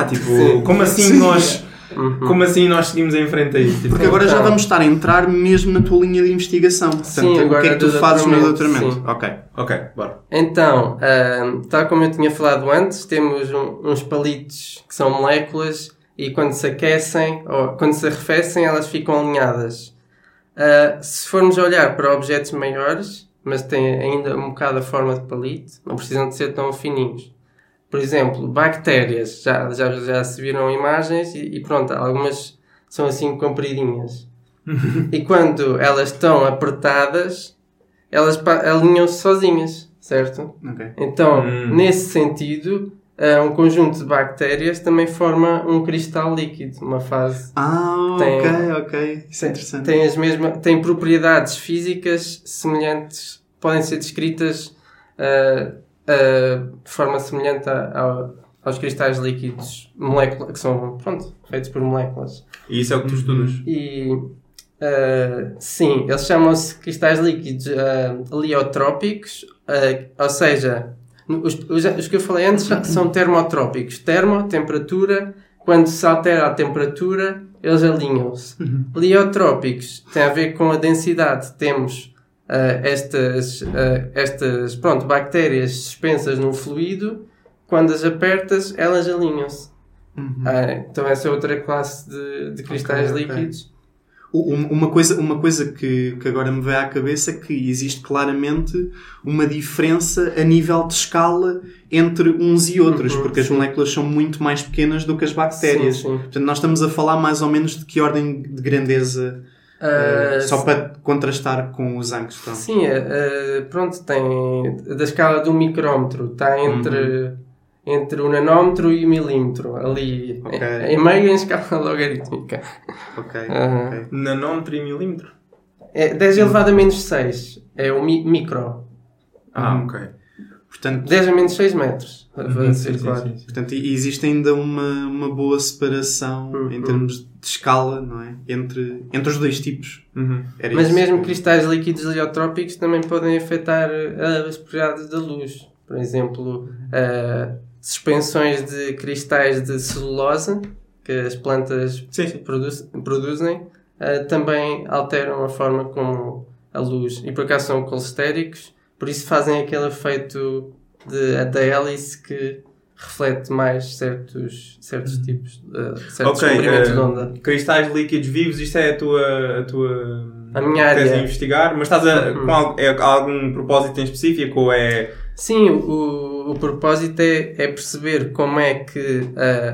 Como assim nós seguimos em frente a isso? Porque agora já vamos estar a entrar mesmo na tua linha de investigação. Portanto, o que é que tu fazes no doutoramento? Sim. Ok, bora. Então, tal como eu tinha falado antes, temos uns palitos que são moléculas e quando se aquecem ou quando se arrefecem elas ficam alinhadas. Se formos olhar para objetos maiores, mas têm ainda um bocado a forma de palito, não precisam de ser tão fininhos. Por exemplo, bactérias, já se viram imagens e pronto, algumas são assim compridinhas. E quando elas estão apertadas, elas alinham-se sozinhas, certo? Okay. Então, nesse sentido, um conjunto de bactérias também forma um cristal líquido, uma fase. Ok. Isso é interessante. Tem propriedades físicas semelhantes, podem ser descritas de forma semelhante aos cristais líquidos que são feitos por moléculas. E isso é o que tu estudas? Sim, eles chamam-se cristais líquidos heliotrópicos, ou seja, os que eu falei antes são termotrópicos. Temperatura, quando se altera a temperatura, eles alinham-se. Heliotrópicos tem a ver com a densidade. Temos estas bactérias suspensas num fluido, quando as apertas, elas alinham-se. Então essa é outra classe de cristais líquidos. Uma coisa que agora me veio à cabeça é que existe claramente uma diferença a nível de escala entre uns e outros, porque as moléculas são muito mais pequenas do que as bactérias. Sim. Portanto, nós estamos a falar mais ou menos de que ordem de grandeza, só para contrastar com os anos. Sim, tem da escala do micrómetro, está entre o nanómetro e o milímetro, ali em meio em escala logarítmica. Ok. Nanómetro e milímetro? É 10 elevado a menos 6, é o micro. Ok. Portanto, 10 a menos 6 metros. Sim. Portanto, existe ainda uma boa separação em termos de escala, não é? Entre os dois tipos. Mas mesmo cristais líquidos heliotrópicos também podem afetar as propriedades da luz. Por exemplo, suspensões de cristais de celulose que as plantas produzem também alteram a forma como a luz, e por acaso são colestéricos, por isso fazem aquele efeito da hélice que reflete mais certos tipos, certos comprimentos de onda. Cristais líquidos vivos, isto é a minha área. Queres investigar, mas estás com algum propósito em específico ou é... Sim, o propósito é perceber como é que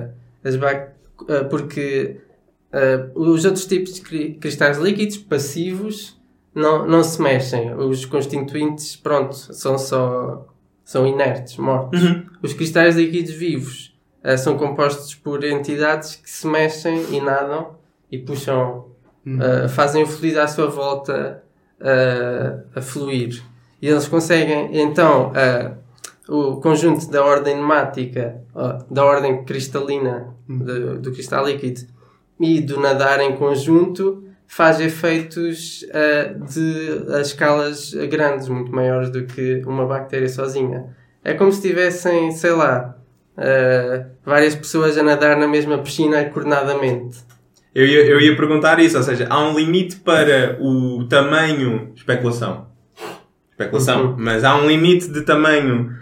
porque os outros tipos de cristais líquidos passivos não se mexem. Os constituintes, pronto, são inertes, mortos. Os cristais líquidos vivos são compostos por entidades que se mexem e nadam e puxam, fazem o fluido à sua volta a fluir. E eles conseguem, então, o conjunto da ordem nemática, da ordem cristalina do cristal líquido e do nadar em conjunto, faz efeitos a escalas grandes, muito maiores do que uma bactéria sozinha. É como se tivessem, sei lá, várias pessoas a nadar na mesma piscina coordenadamente. Eu ia perguntar isso, ou seja, há um limite para o tamanho... Especulação, mas há um limite de tamanho...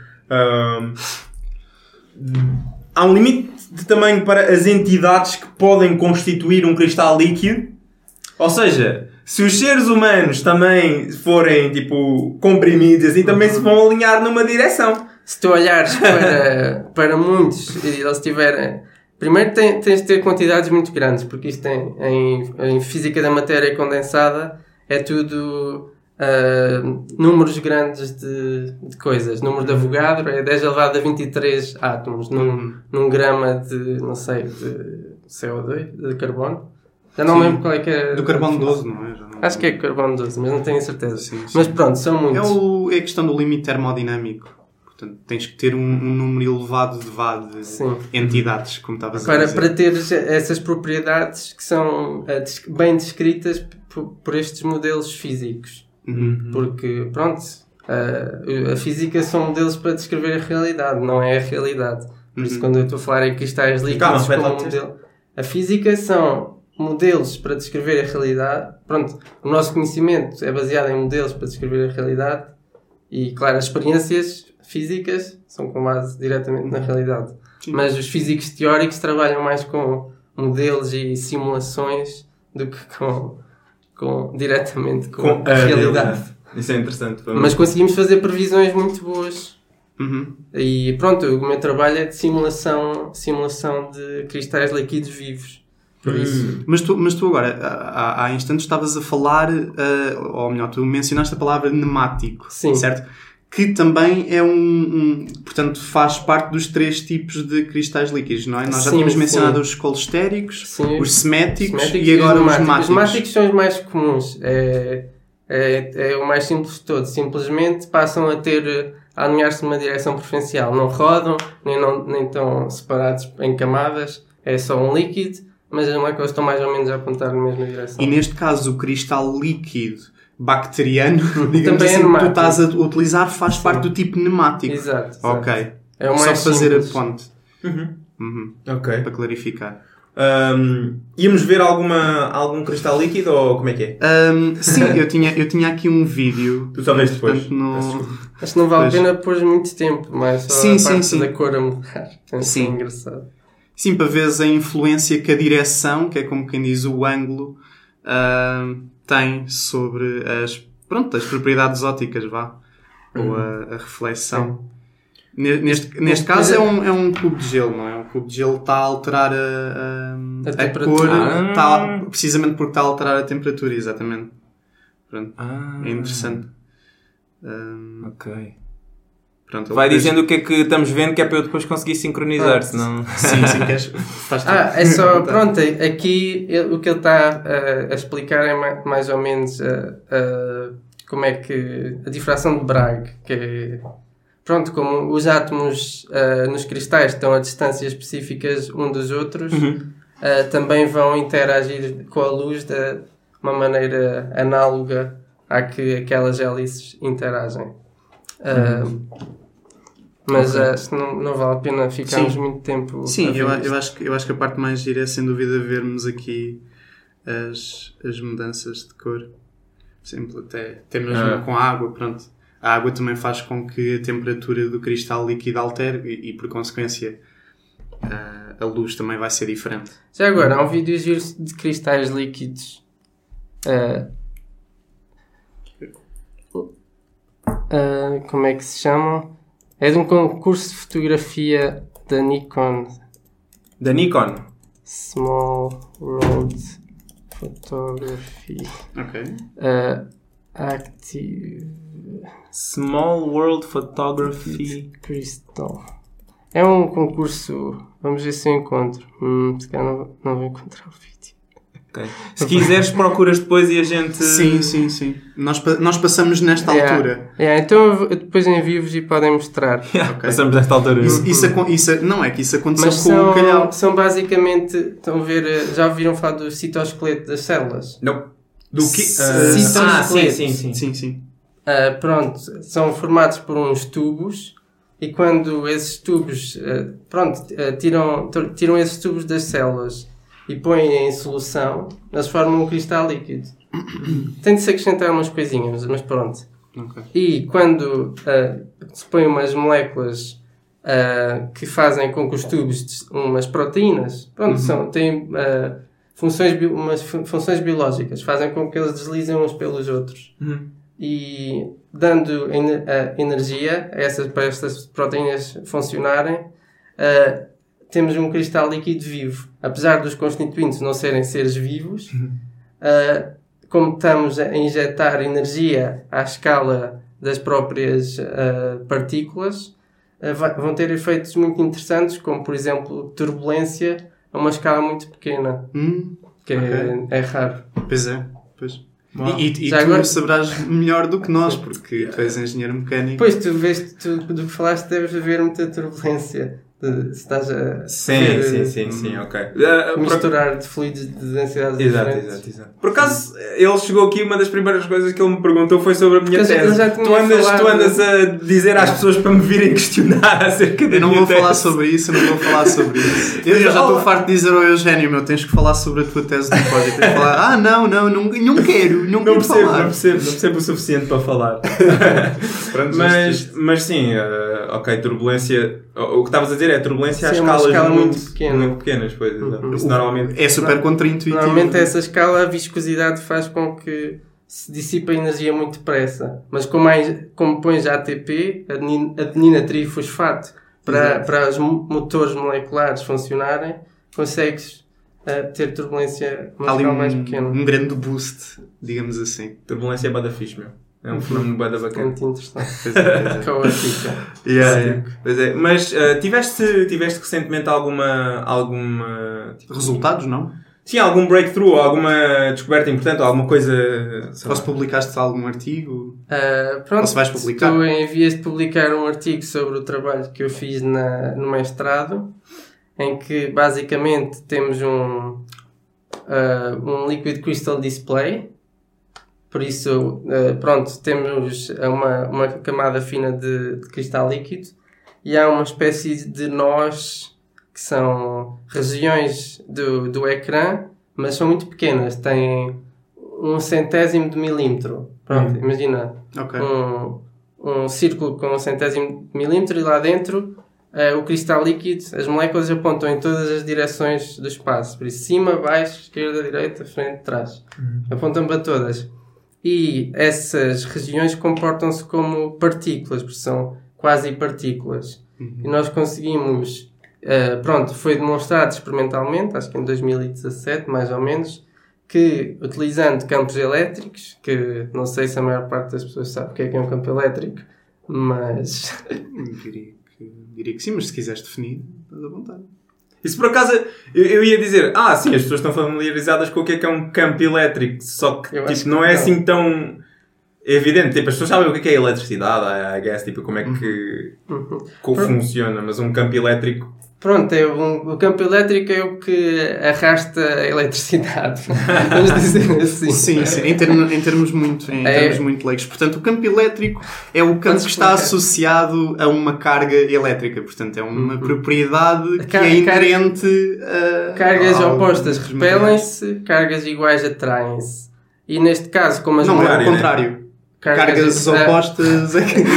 há um limite de tamanho para as entidades que podem constituir um cristal líquido? Ou seja, se os seres humanos também forem, tipo, comprimidos, assim, também se vão alinhar numa direção. Se tu olhares para muitos e eles tiverem... Primeiro tens de ter quantidades muito grandes, porque isto em física da matéria condensada é tudo números grandes de coisas. Número de Avogadro é 10 elevado a 23 átomos num grama de, não sei, de CO2, de carbono. Já não lembro qual é que é. Do carbono 12, não é? Acho que é carbono 12, mas não tenho certeza. Sim. Mas pronto, são muitos. É a questão do limite termodinâmico. Portanto, tens que ter um número elevado de entidades, como estavas a dizer. Para ter essas propriedades que são bem descritas por estes modelos físicos. Porque, pronto, a física são modelos para descrever a realidade, não é a realidade. Por isso, quando eu estou a falar em cristais líquidos como modelo... A física são modelos para descrever a realidade. Pronto, o nosso conhecimento é baseado em modelos para descrever a realidade e, claro, as experiências físicas são com base diretamente na realidade. Sim. Mas os físicos teóricos trabalham mais com modelos e simulações do que diretamente com a realidade. Isso é interessante. Mas conseguimos fazer previsões muito boas. E pronto, o meu trabalho é de simulação de cristais líquidos vivos. Por isso. Mas tu agora, há instantes estavas a falar, ou melhor, tu mencionaste a palavra nemático. Sim. Certo? Que também é portanto, faz parte dos 3 tipos de cristais líquidos, não é? Nós já tínhamos mencionado os colestéricos, os seméticos e agora os nemáticos. Os nemáticos são os mais comuns. É o mais simples de todos. Simplesmente passam a alinhar-se numa direção preferencial. Não rodam, nem estão separados em camadas. É só um líquido, mas as moléculas estão mais ou menos a apontar na mesma direção. E neste caso, o cristal líquido bacteriano, digamos também assim, que tu estás a utilizar, faz parte do tipo nemático. Exato. Ok. É o mais só fazer simples. a ponte. Ok. Para clarificar. Íamos ver algum cristal líquido ou como é que é? Sim, eu tinha aqui um vídeo. Tu só vês depois. Acho que não vale a pena pôr muito tempo, mas só a parte da cor a mudar. Sim. É engraçado. Sim, para veres a influência que a direção, que é como quem diz o ângulo, tem sobre as propriedades ópticas, ou a reflexão. Neste caso é um cubo de gelo, não é? Um cubo de gelo está a alterar a cor, precisamente porque está a alterar a temperatura, exatamente. Pronto. É interessante. Ok. Pronto, vai dizendo o que é que estamos vendo, que é para eu depois conseguir sincronizar, senão... Sim, queres... é só, pronto, aqui o que ele está a explicar é mais ou menos como é que a difração de Bragg, que é, pronto, como os átomos nos cristais estão a distâncias específicas um dos outros, também vão interagir com a luz de uma maneira análoga à que aquelas hélices interagem. Mas acho que não vale a pena ficarmos muito tempo. Sim, eu acho que a parte mais gira é sem dúvida vermos aqui as mudanças de cor. Por exemplo, até mesmo com a água, pronto. a água também faz com que a temperatura do cristal líquido altere e por consequência, a luz também vai ser diferente. Já agora, há um vídeo giro de cristais líquidos. Como é que se chamam? É de um concurso de fotografia da Nikon. Da Nikon? Small World Photography. Ok. Active Small World Photography Crystal. É um concurso. Vamos ver se eu encontro. Se calhar não vou encontrar o vídeo. Okay. Se quiseres, procuras depois e a gente... Sim. Nós passamos nesta altura. Então eu depois envio-vos e podem mostrar. Okay. Passamos nesta altura. Não é que isso aconteceu Mas com o bacalhau. São basicamente... Estão a ver... Já ouviram falar do citoesqueleto das células? Não. Do que? Citoesqueleto. Sim. Pronto. São formados por uns tubos e quando esses tubos... tiram esses tubos das células e põem em solução, eles formam um cristal líquido. Tem de se acrescentar umas coisinhas, mas pronto. Okay. E quando se põem umas moléculas que fazem com que os tubos, umas proteínas, têm umas funções biológicas, fazem com que eles deslizem uns pelos outros. E dando energia para estas proteínas funcionarem, temos um cristal líquido vivo. Apesar dos constituintes não serem seres vivos, como estamos a injetar energia à escala das próprias partículas, vão ter efeitos muito interessantes, como por exemplo turbulência a uma escala muito pequena, que é raro. Pois é. E tu agora saberás melhor do que nós, porque tu és engenheiro mecânico. Pois, tu do que falaste deves haver muita turbulência. Se estás a sim, ok. Misturar de fluidos de densidades diferentes. Exato. Por acaso, ele chegou aqui, uma das primeiras coisas que ele me perguntou foi sobre a minha tese. Tu andas a dizer às pessoas para me virem questionar acerca da minha tese. Eu não vou falar sobre isso. Eu já estou farto de dizer ao Eugénio, tens que falar sobre a tua tese de código. Tens que falar, não quero falar. Não percebo o suficiente para falar. Pronto, mas sim, ok, turbulência... O que estavas a dizer é turbulência a escalas muito pequenas. Pois, isso normalmente é super contraintuitivo. Normalmente essa escala, a viscosidade faz com que se dissipa a energia muito depressa. Mas como pões ATP, adenina trifosfato, para os motores moleculares funcionarem, consegues ter turbulência a uma escala mais pequena. Um grande boost, digamos assim. Turbulência é bada fixe, meu. É um fenómeno bada bacana. Muito interessante. Caótica. Pois é. Mas tiveste recentemente alguma resultados, não? Sim, algum breakthrough, alguma descoberta importante, alguma coisa... Ou se publicaste algum artigo? Pronto, ou se vais publicar? Tu envias de publicar um artigo sobre o trabalho que eu fiz no mestrado, em que basicamente temos um liquid crystal display. Por isso, temos uma camada fina de cristal líquido e há uma espécie de nós que são regiões do ecrã, mas são muito pequenas, têm 1/100 de milímetro. Imagina um círculo com 1/100 de milímetro e lá dentro o cristal líquido, as moléculas apontam em todas as direções do espaço, por isso cima, baixo, esquerda, direita, frente, trás. Apontam para todas. E essas regiões comportam-se como partículas, porque são quase partículas. E nós conseguimos, foi demonstrado experimentalmente, acho que em 2017, mais ou menos, que utilizando campos elétricos, que não sei se a maior parte das pessoas sabe o que é um campo elétrico, mas... diria que sim, mas se quiseres definir, estás à vontade. Isso por acaso, eu ia dizer, sim, as pessoas estão familiarizadas com o que é um campo elétrico, só que não é assim tão evidente. Tipo, as pessoas sabem o que é eletricidade, I guess, tipo, como é que funciona, mas um campo elétrico... Pronto, o campo elétrico é o que arrasta a eletricidade. Vamos dizer assim. Sim, em termos muito leigos. Portanto, o campo elétrico é o campo que está associado a uma carga elétrica. Portanto, é uma propriedade que é inerente a... Cargas opostas repelem-se, cargas iguais atraem-se. E neste caso, como as moléculas... Não, é o contrário. cargas opostas.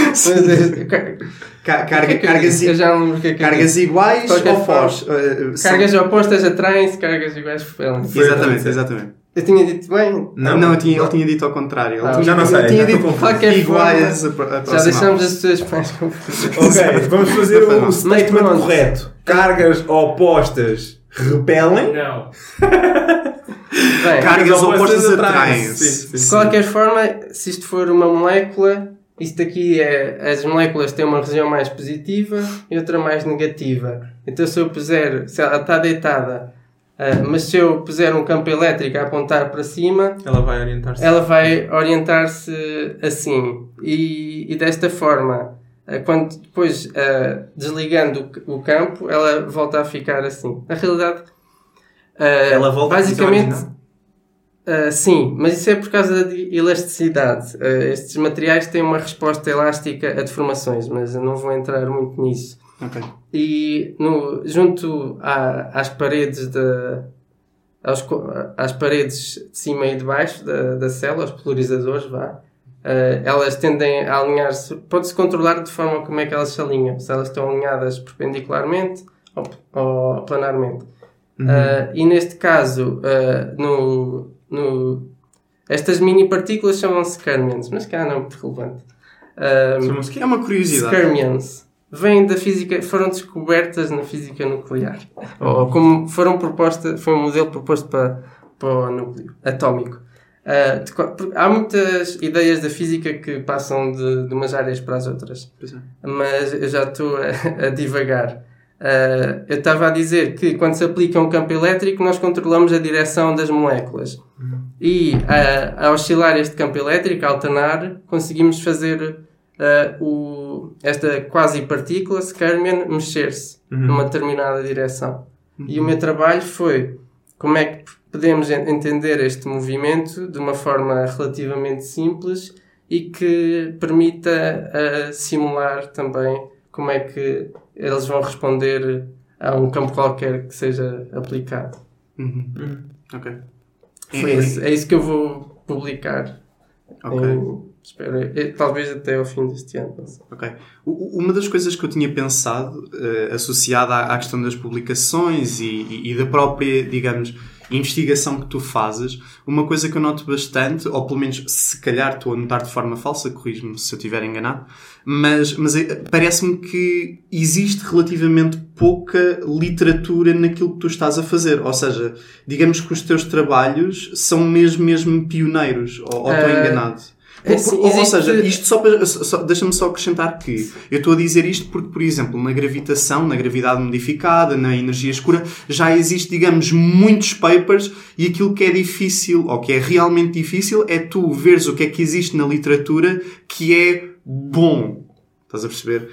Cargas iguais opostas. Cargas opostas atraem-se, cargas iguais repelem-se. Exatamente. Eu tinha dito bem? Não, ele tinha dito ao contrário. Já não sei. Ele tinha dito iguais. Já deixamos as pessoas mais confusas. Ok, vamos fazer o statement correto. Cargas opostas repelem. Não. Bem, cargas opostas atraem-se. De qualquer forma, se isto for uma molécula, isto aqui as moléculas têm uma região mais positiva e outra mais negativa. Então se ela está deitada, mas se eu puser um campo elétrico a apontar para cima, ela vai orientar-se assim. E desta forma, quando depois desligando o campo, ela volta a ficar assim. Na realidade, ela volta basicamente, sim, mas isso é por causa da elasticidade. Estes materiais têm uma resposta elástica a deformações, mas eu não vou entrar muito nisso. Okay. E junto às paredes às paredes de cima e de baixo da célula, os polarizadores, elas tendem a alinhar-se. Pode-se controlar de forma como é que elas se alinham, se elas estão alinhadas perpendicularmente ou planarmente. E neste caso, estas mini partículas chamam-se Skärmiens, mas cá não é muito relevante. É uma curiosidade. Skärmiens vêm da física, foram descobertas na física nuclear. Ou como foi um modelo proposto para o núcleo atómico. Há muitas ideias da física que passam de umas áreas para as outras. Mas eu já estou a divagar. Eu estava a dizer que quando se aplica um campo elétrico nós controlamos a direção das moléculas. E a oscilar este campo elétrico, a alternar, conseguimos fazer esta quase partícula, Skärmien, mexer-se numa determinada direção. E o meu trabalho foi como é que podemos entender este movimento de uma forma relativamente simples e que permita simular também como é que eles vão responder a um campo qualquer que seja aplicado. Ok. É isso que eu vou publicar. Ok. Espero, talvez até ao fim deste ano. Ok. Uma das coisas que eu tinha pensado, associada à questão das publicações e da própria, digamos, investigação que tu fazes, uma coisa que eu noto bastante, ou pelo menos se calhar estou a notar de forma falsa, corrijo-me se eu estiver enganado, mas parece-me que existe relativamente pouca literatura naquilo que tu estás a fazer. Ou seja, digamos que os teus trabalhos são mesmo pioneiros, ou estou enganado? Ou seja, isto deixa-me só acrescentar que eu estou a dizer isto porque, por exemplo, na gravitação, na gravidade modificada, na energia escura, já existe, digamos, muitos papers e aquilo que é difícil, ou que é realmente difícil, é tu veres o que é que existe na literatura que é bom. Estás a perceber?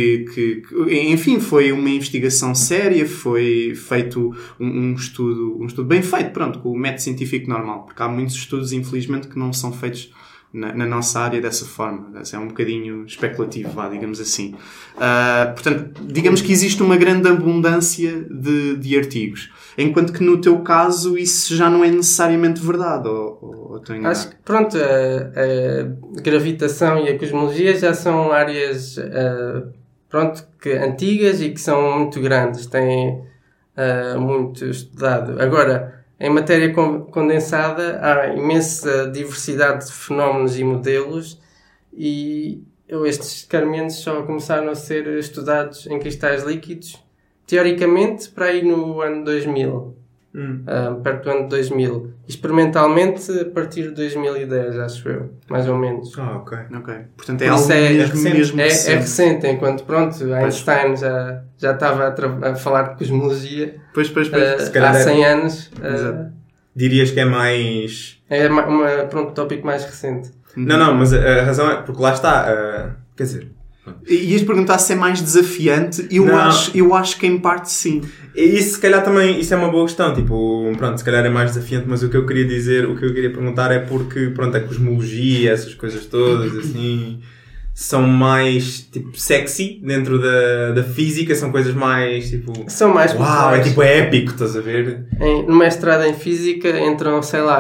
Enfim, foi uma investigação séria, foi feito um estudo bem feito, pronto, com o método científico normal, porque há muitos estudos, infelizmente, que não são feitos na nossa área dessa forma. É um bocadinho especulativo, digamos assim. Portanto, digamos que existe uma grande abundância de artigos. Enquanto que no teu caso isso já não é necessariamente verdade. Ou estou enganado? Acho que, pronto, a gravitação e a cosmologia já são áreas antigas e que são muito grandes. Têm muito estudado. Agora, em matéria condensada, há imensa diversidade de fenómenos e modelos e estes Skärmiens só começaram a ser estudados em cristais líquidos, teoricamente, para aí no ano 2000, perto do ano 2000. Experimentalmente, a partir de 2010, acho eu, mais ou menos. Ok. Portanto, é algo mesmo recente. É recente, enquanto, Einstein já estava a falar de cosmologia há 100 anos. Dirias que é mais... É um tópico mais recente. Não, mas a razão é... Porque lá está... quer dizer... Ias perguntar se é mais desafiante. Eu acho que em parte sim. Isso se calhar também, isso é uma boa questão, tipo, pronto, se calhar é mais desafiante, mas o que eu queria perguntar é porque, pronto, a cosmologia, essas coisas todas, assim, são mais, tipo, sexy dentro da física, são coisas mais, tipo... São mais uau, é tipo épico, estás a ver? No mestrado em física entram, sei lá,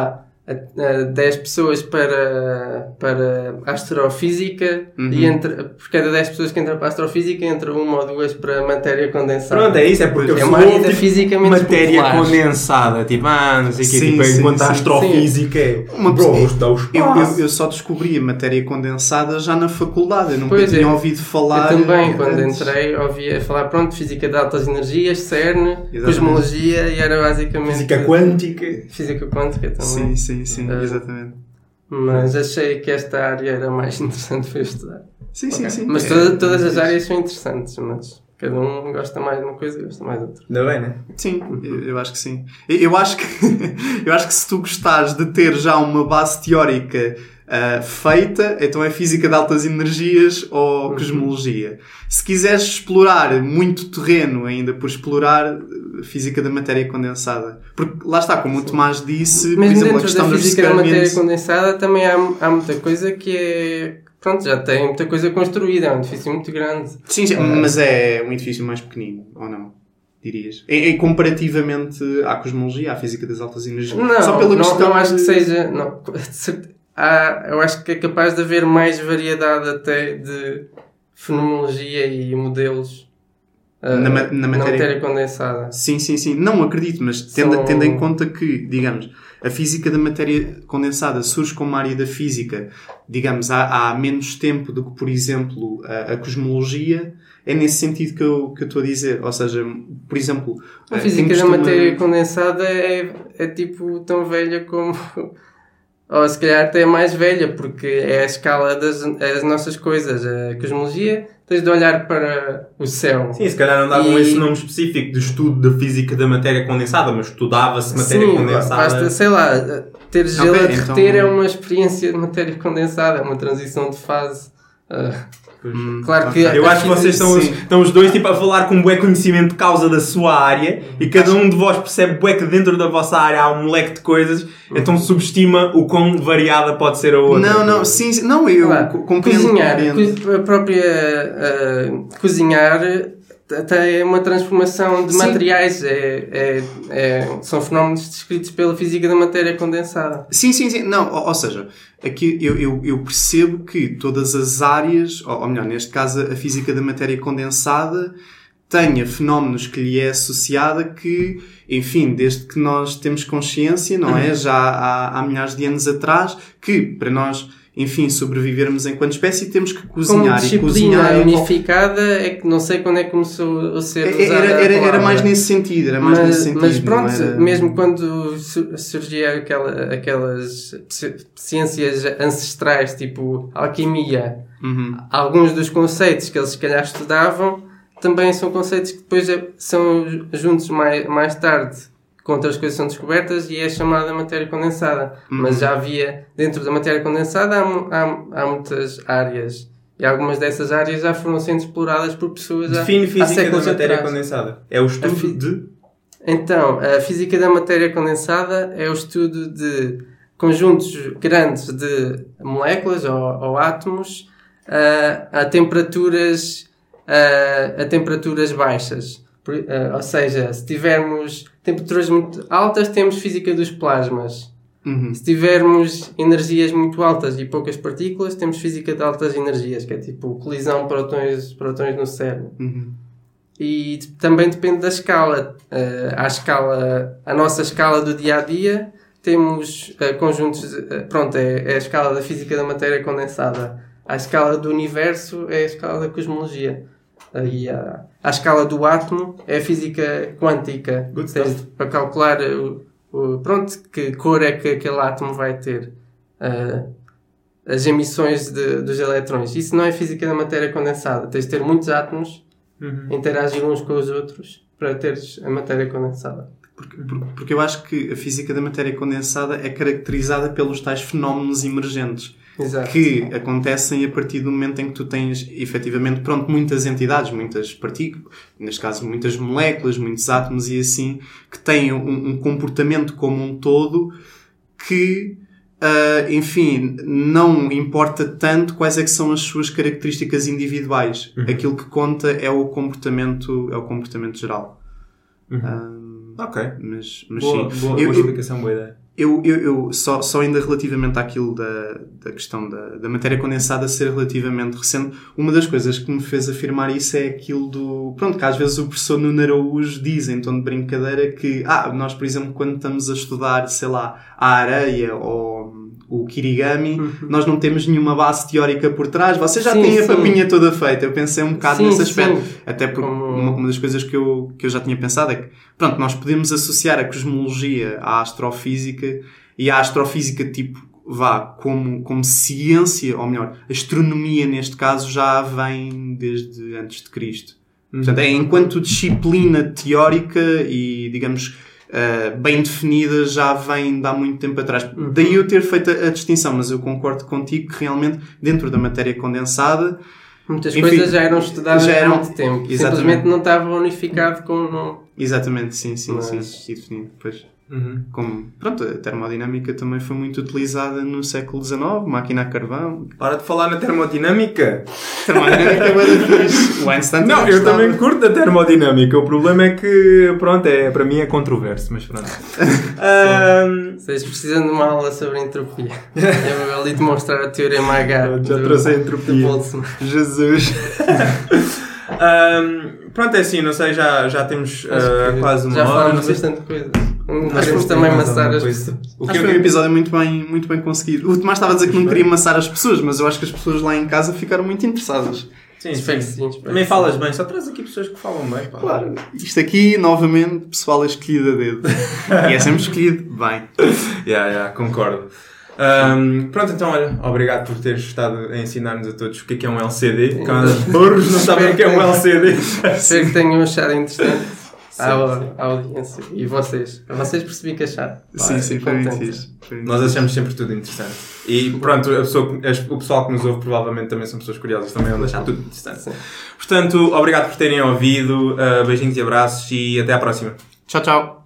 a 10 pessoas para astrofísica e por cada 10 pessoas que entram para a astrofísica entra 1 ou 2 para matéria condensada. Pronto, é isso, é porque é uma área da física menos matéria popular. condensada, tipo, não sei o quê, Sim, tipo, sim, enquanto sim, a astrofísica é Uma bro, pessoa- eu só descobri a matéria condensada já na faculdade, eu nunca Pois tinha é. ouvido falar. Eu também, quando antes. entrei, ouvia falar, pronto, física de altas energias, CERN, Exatamente. cosmologia e era basicamente... física quântica. Física quântica também. Sim, exatamente. Mas achei que esta área era mais interessante para eu estudar. Sim. Mas todas as áreas são interessantes, mas cada um gosta mais de uma coisa e gosta mais de outra. Ainda bem, né? Sim, eu acho que sim. Eu acho que, eu acho que se tu gostares de ter já uma base teórica feita, então é física de altas energias ou cosmologia. Se quiseres explorar muito terreno ainda por explorar, física da matéria condensada. Porque lá está, como o Tomás disse, por Mesmo exemplo, a dentro questão da dos física da matéria experimentos... condensada também há muita coisa que é... Pronto, já tem muita coisa construída, é um edifício muito grande. Sim, mas é um edifício mais pequenino, ou não? Dirias? Comparativamente à cosmologia, à física das altas energias. Não, Só pela questão não acho que de- seja... Não, eu acho que é capaz de haver mais variedade até de fenomenologia e modelos Na matéria- condensada. Sim. Não acredito, mas tendo em conta que, digamos, a física da matéria condensada surge como área da física, digamos, há menos tempo do que, por exemplo, a cosmologia, é nesse sentido que eu estou a dizer. Ou seja, por exemplo... A física da matéria condensada é tipo tão velha como... Ou se calhar até mais velha, porque é a escala das nossas coisas. A cosmologia, tens de olhar para o céu. Sim, se calhar não davam esse nome específico de estudo da física da matéria condensada, mas estudava-se matéria condensada. Basta, sei lá, ter gelo a derreter então- é uma experiência de matéria condensada, é uma transição de fase. Claro que... Eu acho que vocês estão os dois tipo, a falar com bué conhecimento de causa da sua área e cada um de vós percebe bué que dentro da vossa área há um leque de coisas, então subestima o quão variada pode ser a outra. Não, sim, não, eu compreendo. Cozinhar, a própria cozinhar é uma transformação de materiais, são fenómenos descritos pela física da matéria condensada. Sim. Não, ou seja, aqui eu percebo que todas as áreas, ou melhor, neste caso a física da matéria condensada, tenha fenómenos que lhe é associada que, enfim, desde que nós temos consciência, não é? Já há milhares de anos atrás, que para nós... Enfim, sobrevivermos enquanto espécie, temos que cozinhar. Como disciplina unificada, é que não sei quando é que começou a ser usada era mais nesse sentido. Mas pronto, mesmo quando surgia aquelas ciências ancestrais, tipo alquimia, alguns dos conceitos que eles se calhar estudavam, também são conceitos que depois são juntos mais tarde. Com outras coisas são descobertas e é chamada matéria condensada. Mas já havia, dentro da matéria condensada, há muitas áreas. E algumas dessas áreas já foram sendo exploradas por pessoas Define há física da séculos matéria atrás. condensada. É o estudo de... Então, a física da matéria condensada é o estudo de conjuntos grandes de moléculas ou átomos a temperaturas baixas. Ou seja, se tivermos temperaturas muito altas, temos física dos plasmas. Se tivermos energias muito altas e poucas partículas, temos física de altas energias, que é tipo colisão prótons no cérebro. E também depende da escala. A nossa escala do dia-a-dia, temos conjuntos... é a escala da física da matéria condensada. A escala do universo é a escala da cosmologia. E a escala do átomo é a física quântica. Para calcular que cor é que aquele átomo vai ter. As emissões dos eletrões. Isso não é física da matéria condensada. Tens de ter muitos átomos interagir uns com os outros para teres a matéria condensada. Porque eu acho que a física da matéria condensada é caracterizada pelos tais fenómenos emergentes. Exato. Que acontecem a partir do momento em que tu tens, efetivamente, muitas entidades, muitas partículas, neste caso muitas moléculas, muitos átomos e assim, que têm um comportamento como um todo que, enfim, não importa tanto quais é que são as suas características individuais. Aquilo que conta é o comportamento geral. Ok. Mas Boa sim. explicação, boa ideia. Eu só ainda relativamente àquilo da questão da matéria condensada ser relativamente recente, uma das coisas que me fez afirmar isso é aquilo que às vezes o professor Nuno Araújo diz em tom de brincadeira que, nós, por exemplo, quando estamos a estudar, sei lá, a areia ou o Kirigami, nós não temos nenhuma base teórica por trás, vocês já têm a papinha toda feita. Eu pensei um bocado nesse aspecto, até porque uma das coisas que eu já tinha pensado é que, pronto, nós podemos associar a cosmologia à astrofísica e a astrofísica como ciência, ou melhor, a astronomia neste caso já vem desde antes de Cristo. Portanto, enquanto disciplina teórica e, digamos, bem definida, já vem de há muito tempo atrás. Daí eu ter feito a distinção, mas eu concordo contigo que realmente dentro da matéria condensada muitas coisas já eram estudadas há muito tempo. Exatamente. Simplesmente não estava unificado com o nome. Exatamente, sim, e definido. Pois. Como, pronto, a termodinâmica também foi muito utilizada no século XIX, máquina a carvão. Para de falar na termodinâmica. Termodinâmica é bem fixe. O Einstein eu também curto a termodinâmica. O problema é que, pronto, para mim é controverso, mas pronto. Vocês precisam de uma aula sobre entropia. Eu vou ali demonstrar a teorema H. Já trouxe a entropia. Jesus. Pronto, é assim, não sei, já temos quase uma hora. Já falamos bastante coisa. Nós vamos também maçar as pessoas. Acho que foi um episódio muito bem conseguido. O Tomás estava a dizer que não queria maçar as pessoas, mas eu acho que as pessoas lá em casa ficaram muito interessadas. Sim. Também falas bem, só traz aqui pessoas que falam bem. Pá. Claro. Isto aqui, novamente, pessoal é escolhido a dedo. E é sempre escolhido bem. Concordo. Pronto, então olha, obrigado por teres estado a ensinar-nos a todos o que é um LCD. Porque burros não sabem o que é um LCD. Espero que tenham achado interessante a audiência. E vocês percebi que acharam. Sim, foi muito fixe. Nós achamos sempre tudo interessante. E pronto, o pessoal que nos ouve provavelmente também são pessoas curiosas, também vão achar tudo interessante. Sim. Portanto, obrigado por terem ouvido. Beijinhos e abraços e até à próxima. Tchau, tchau.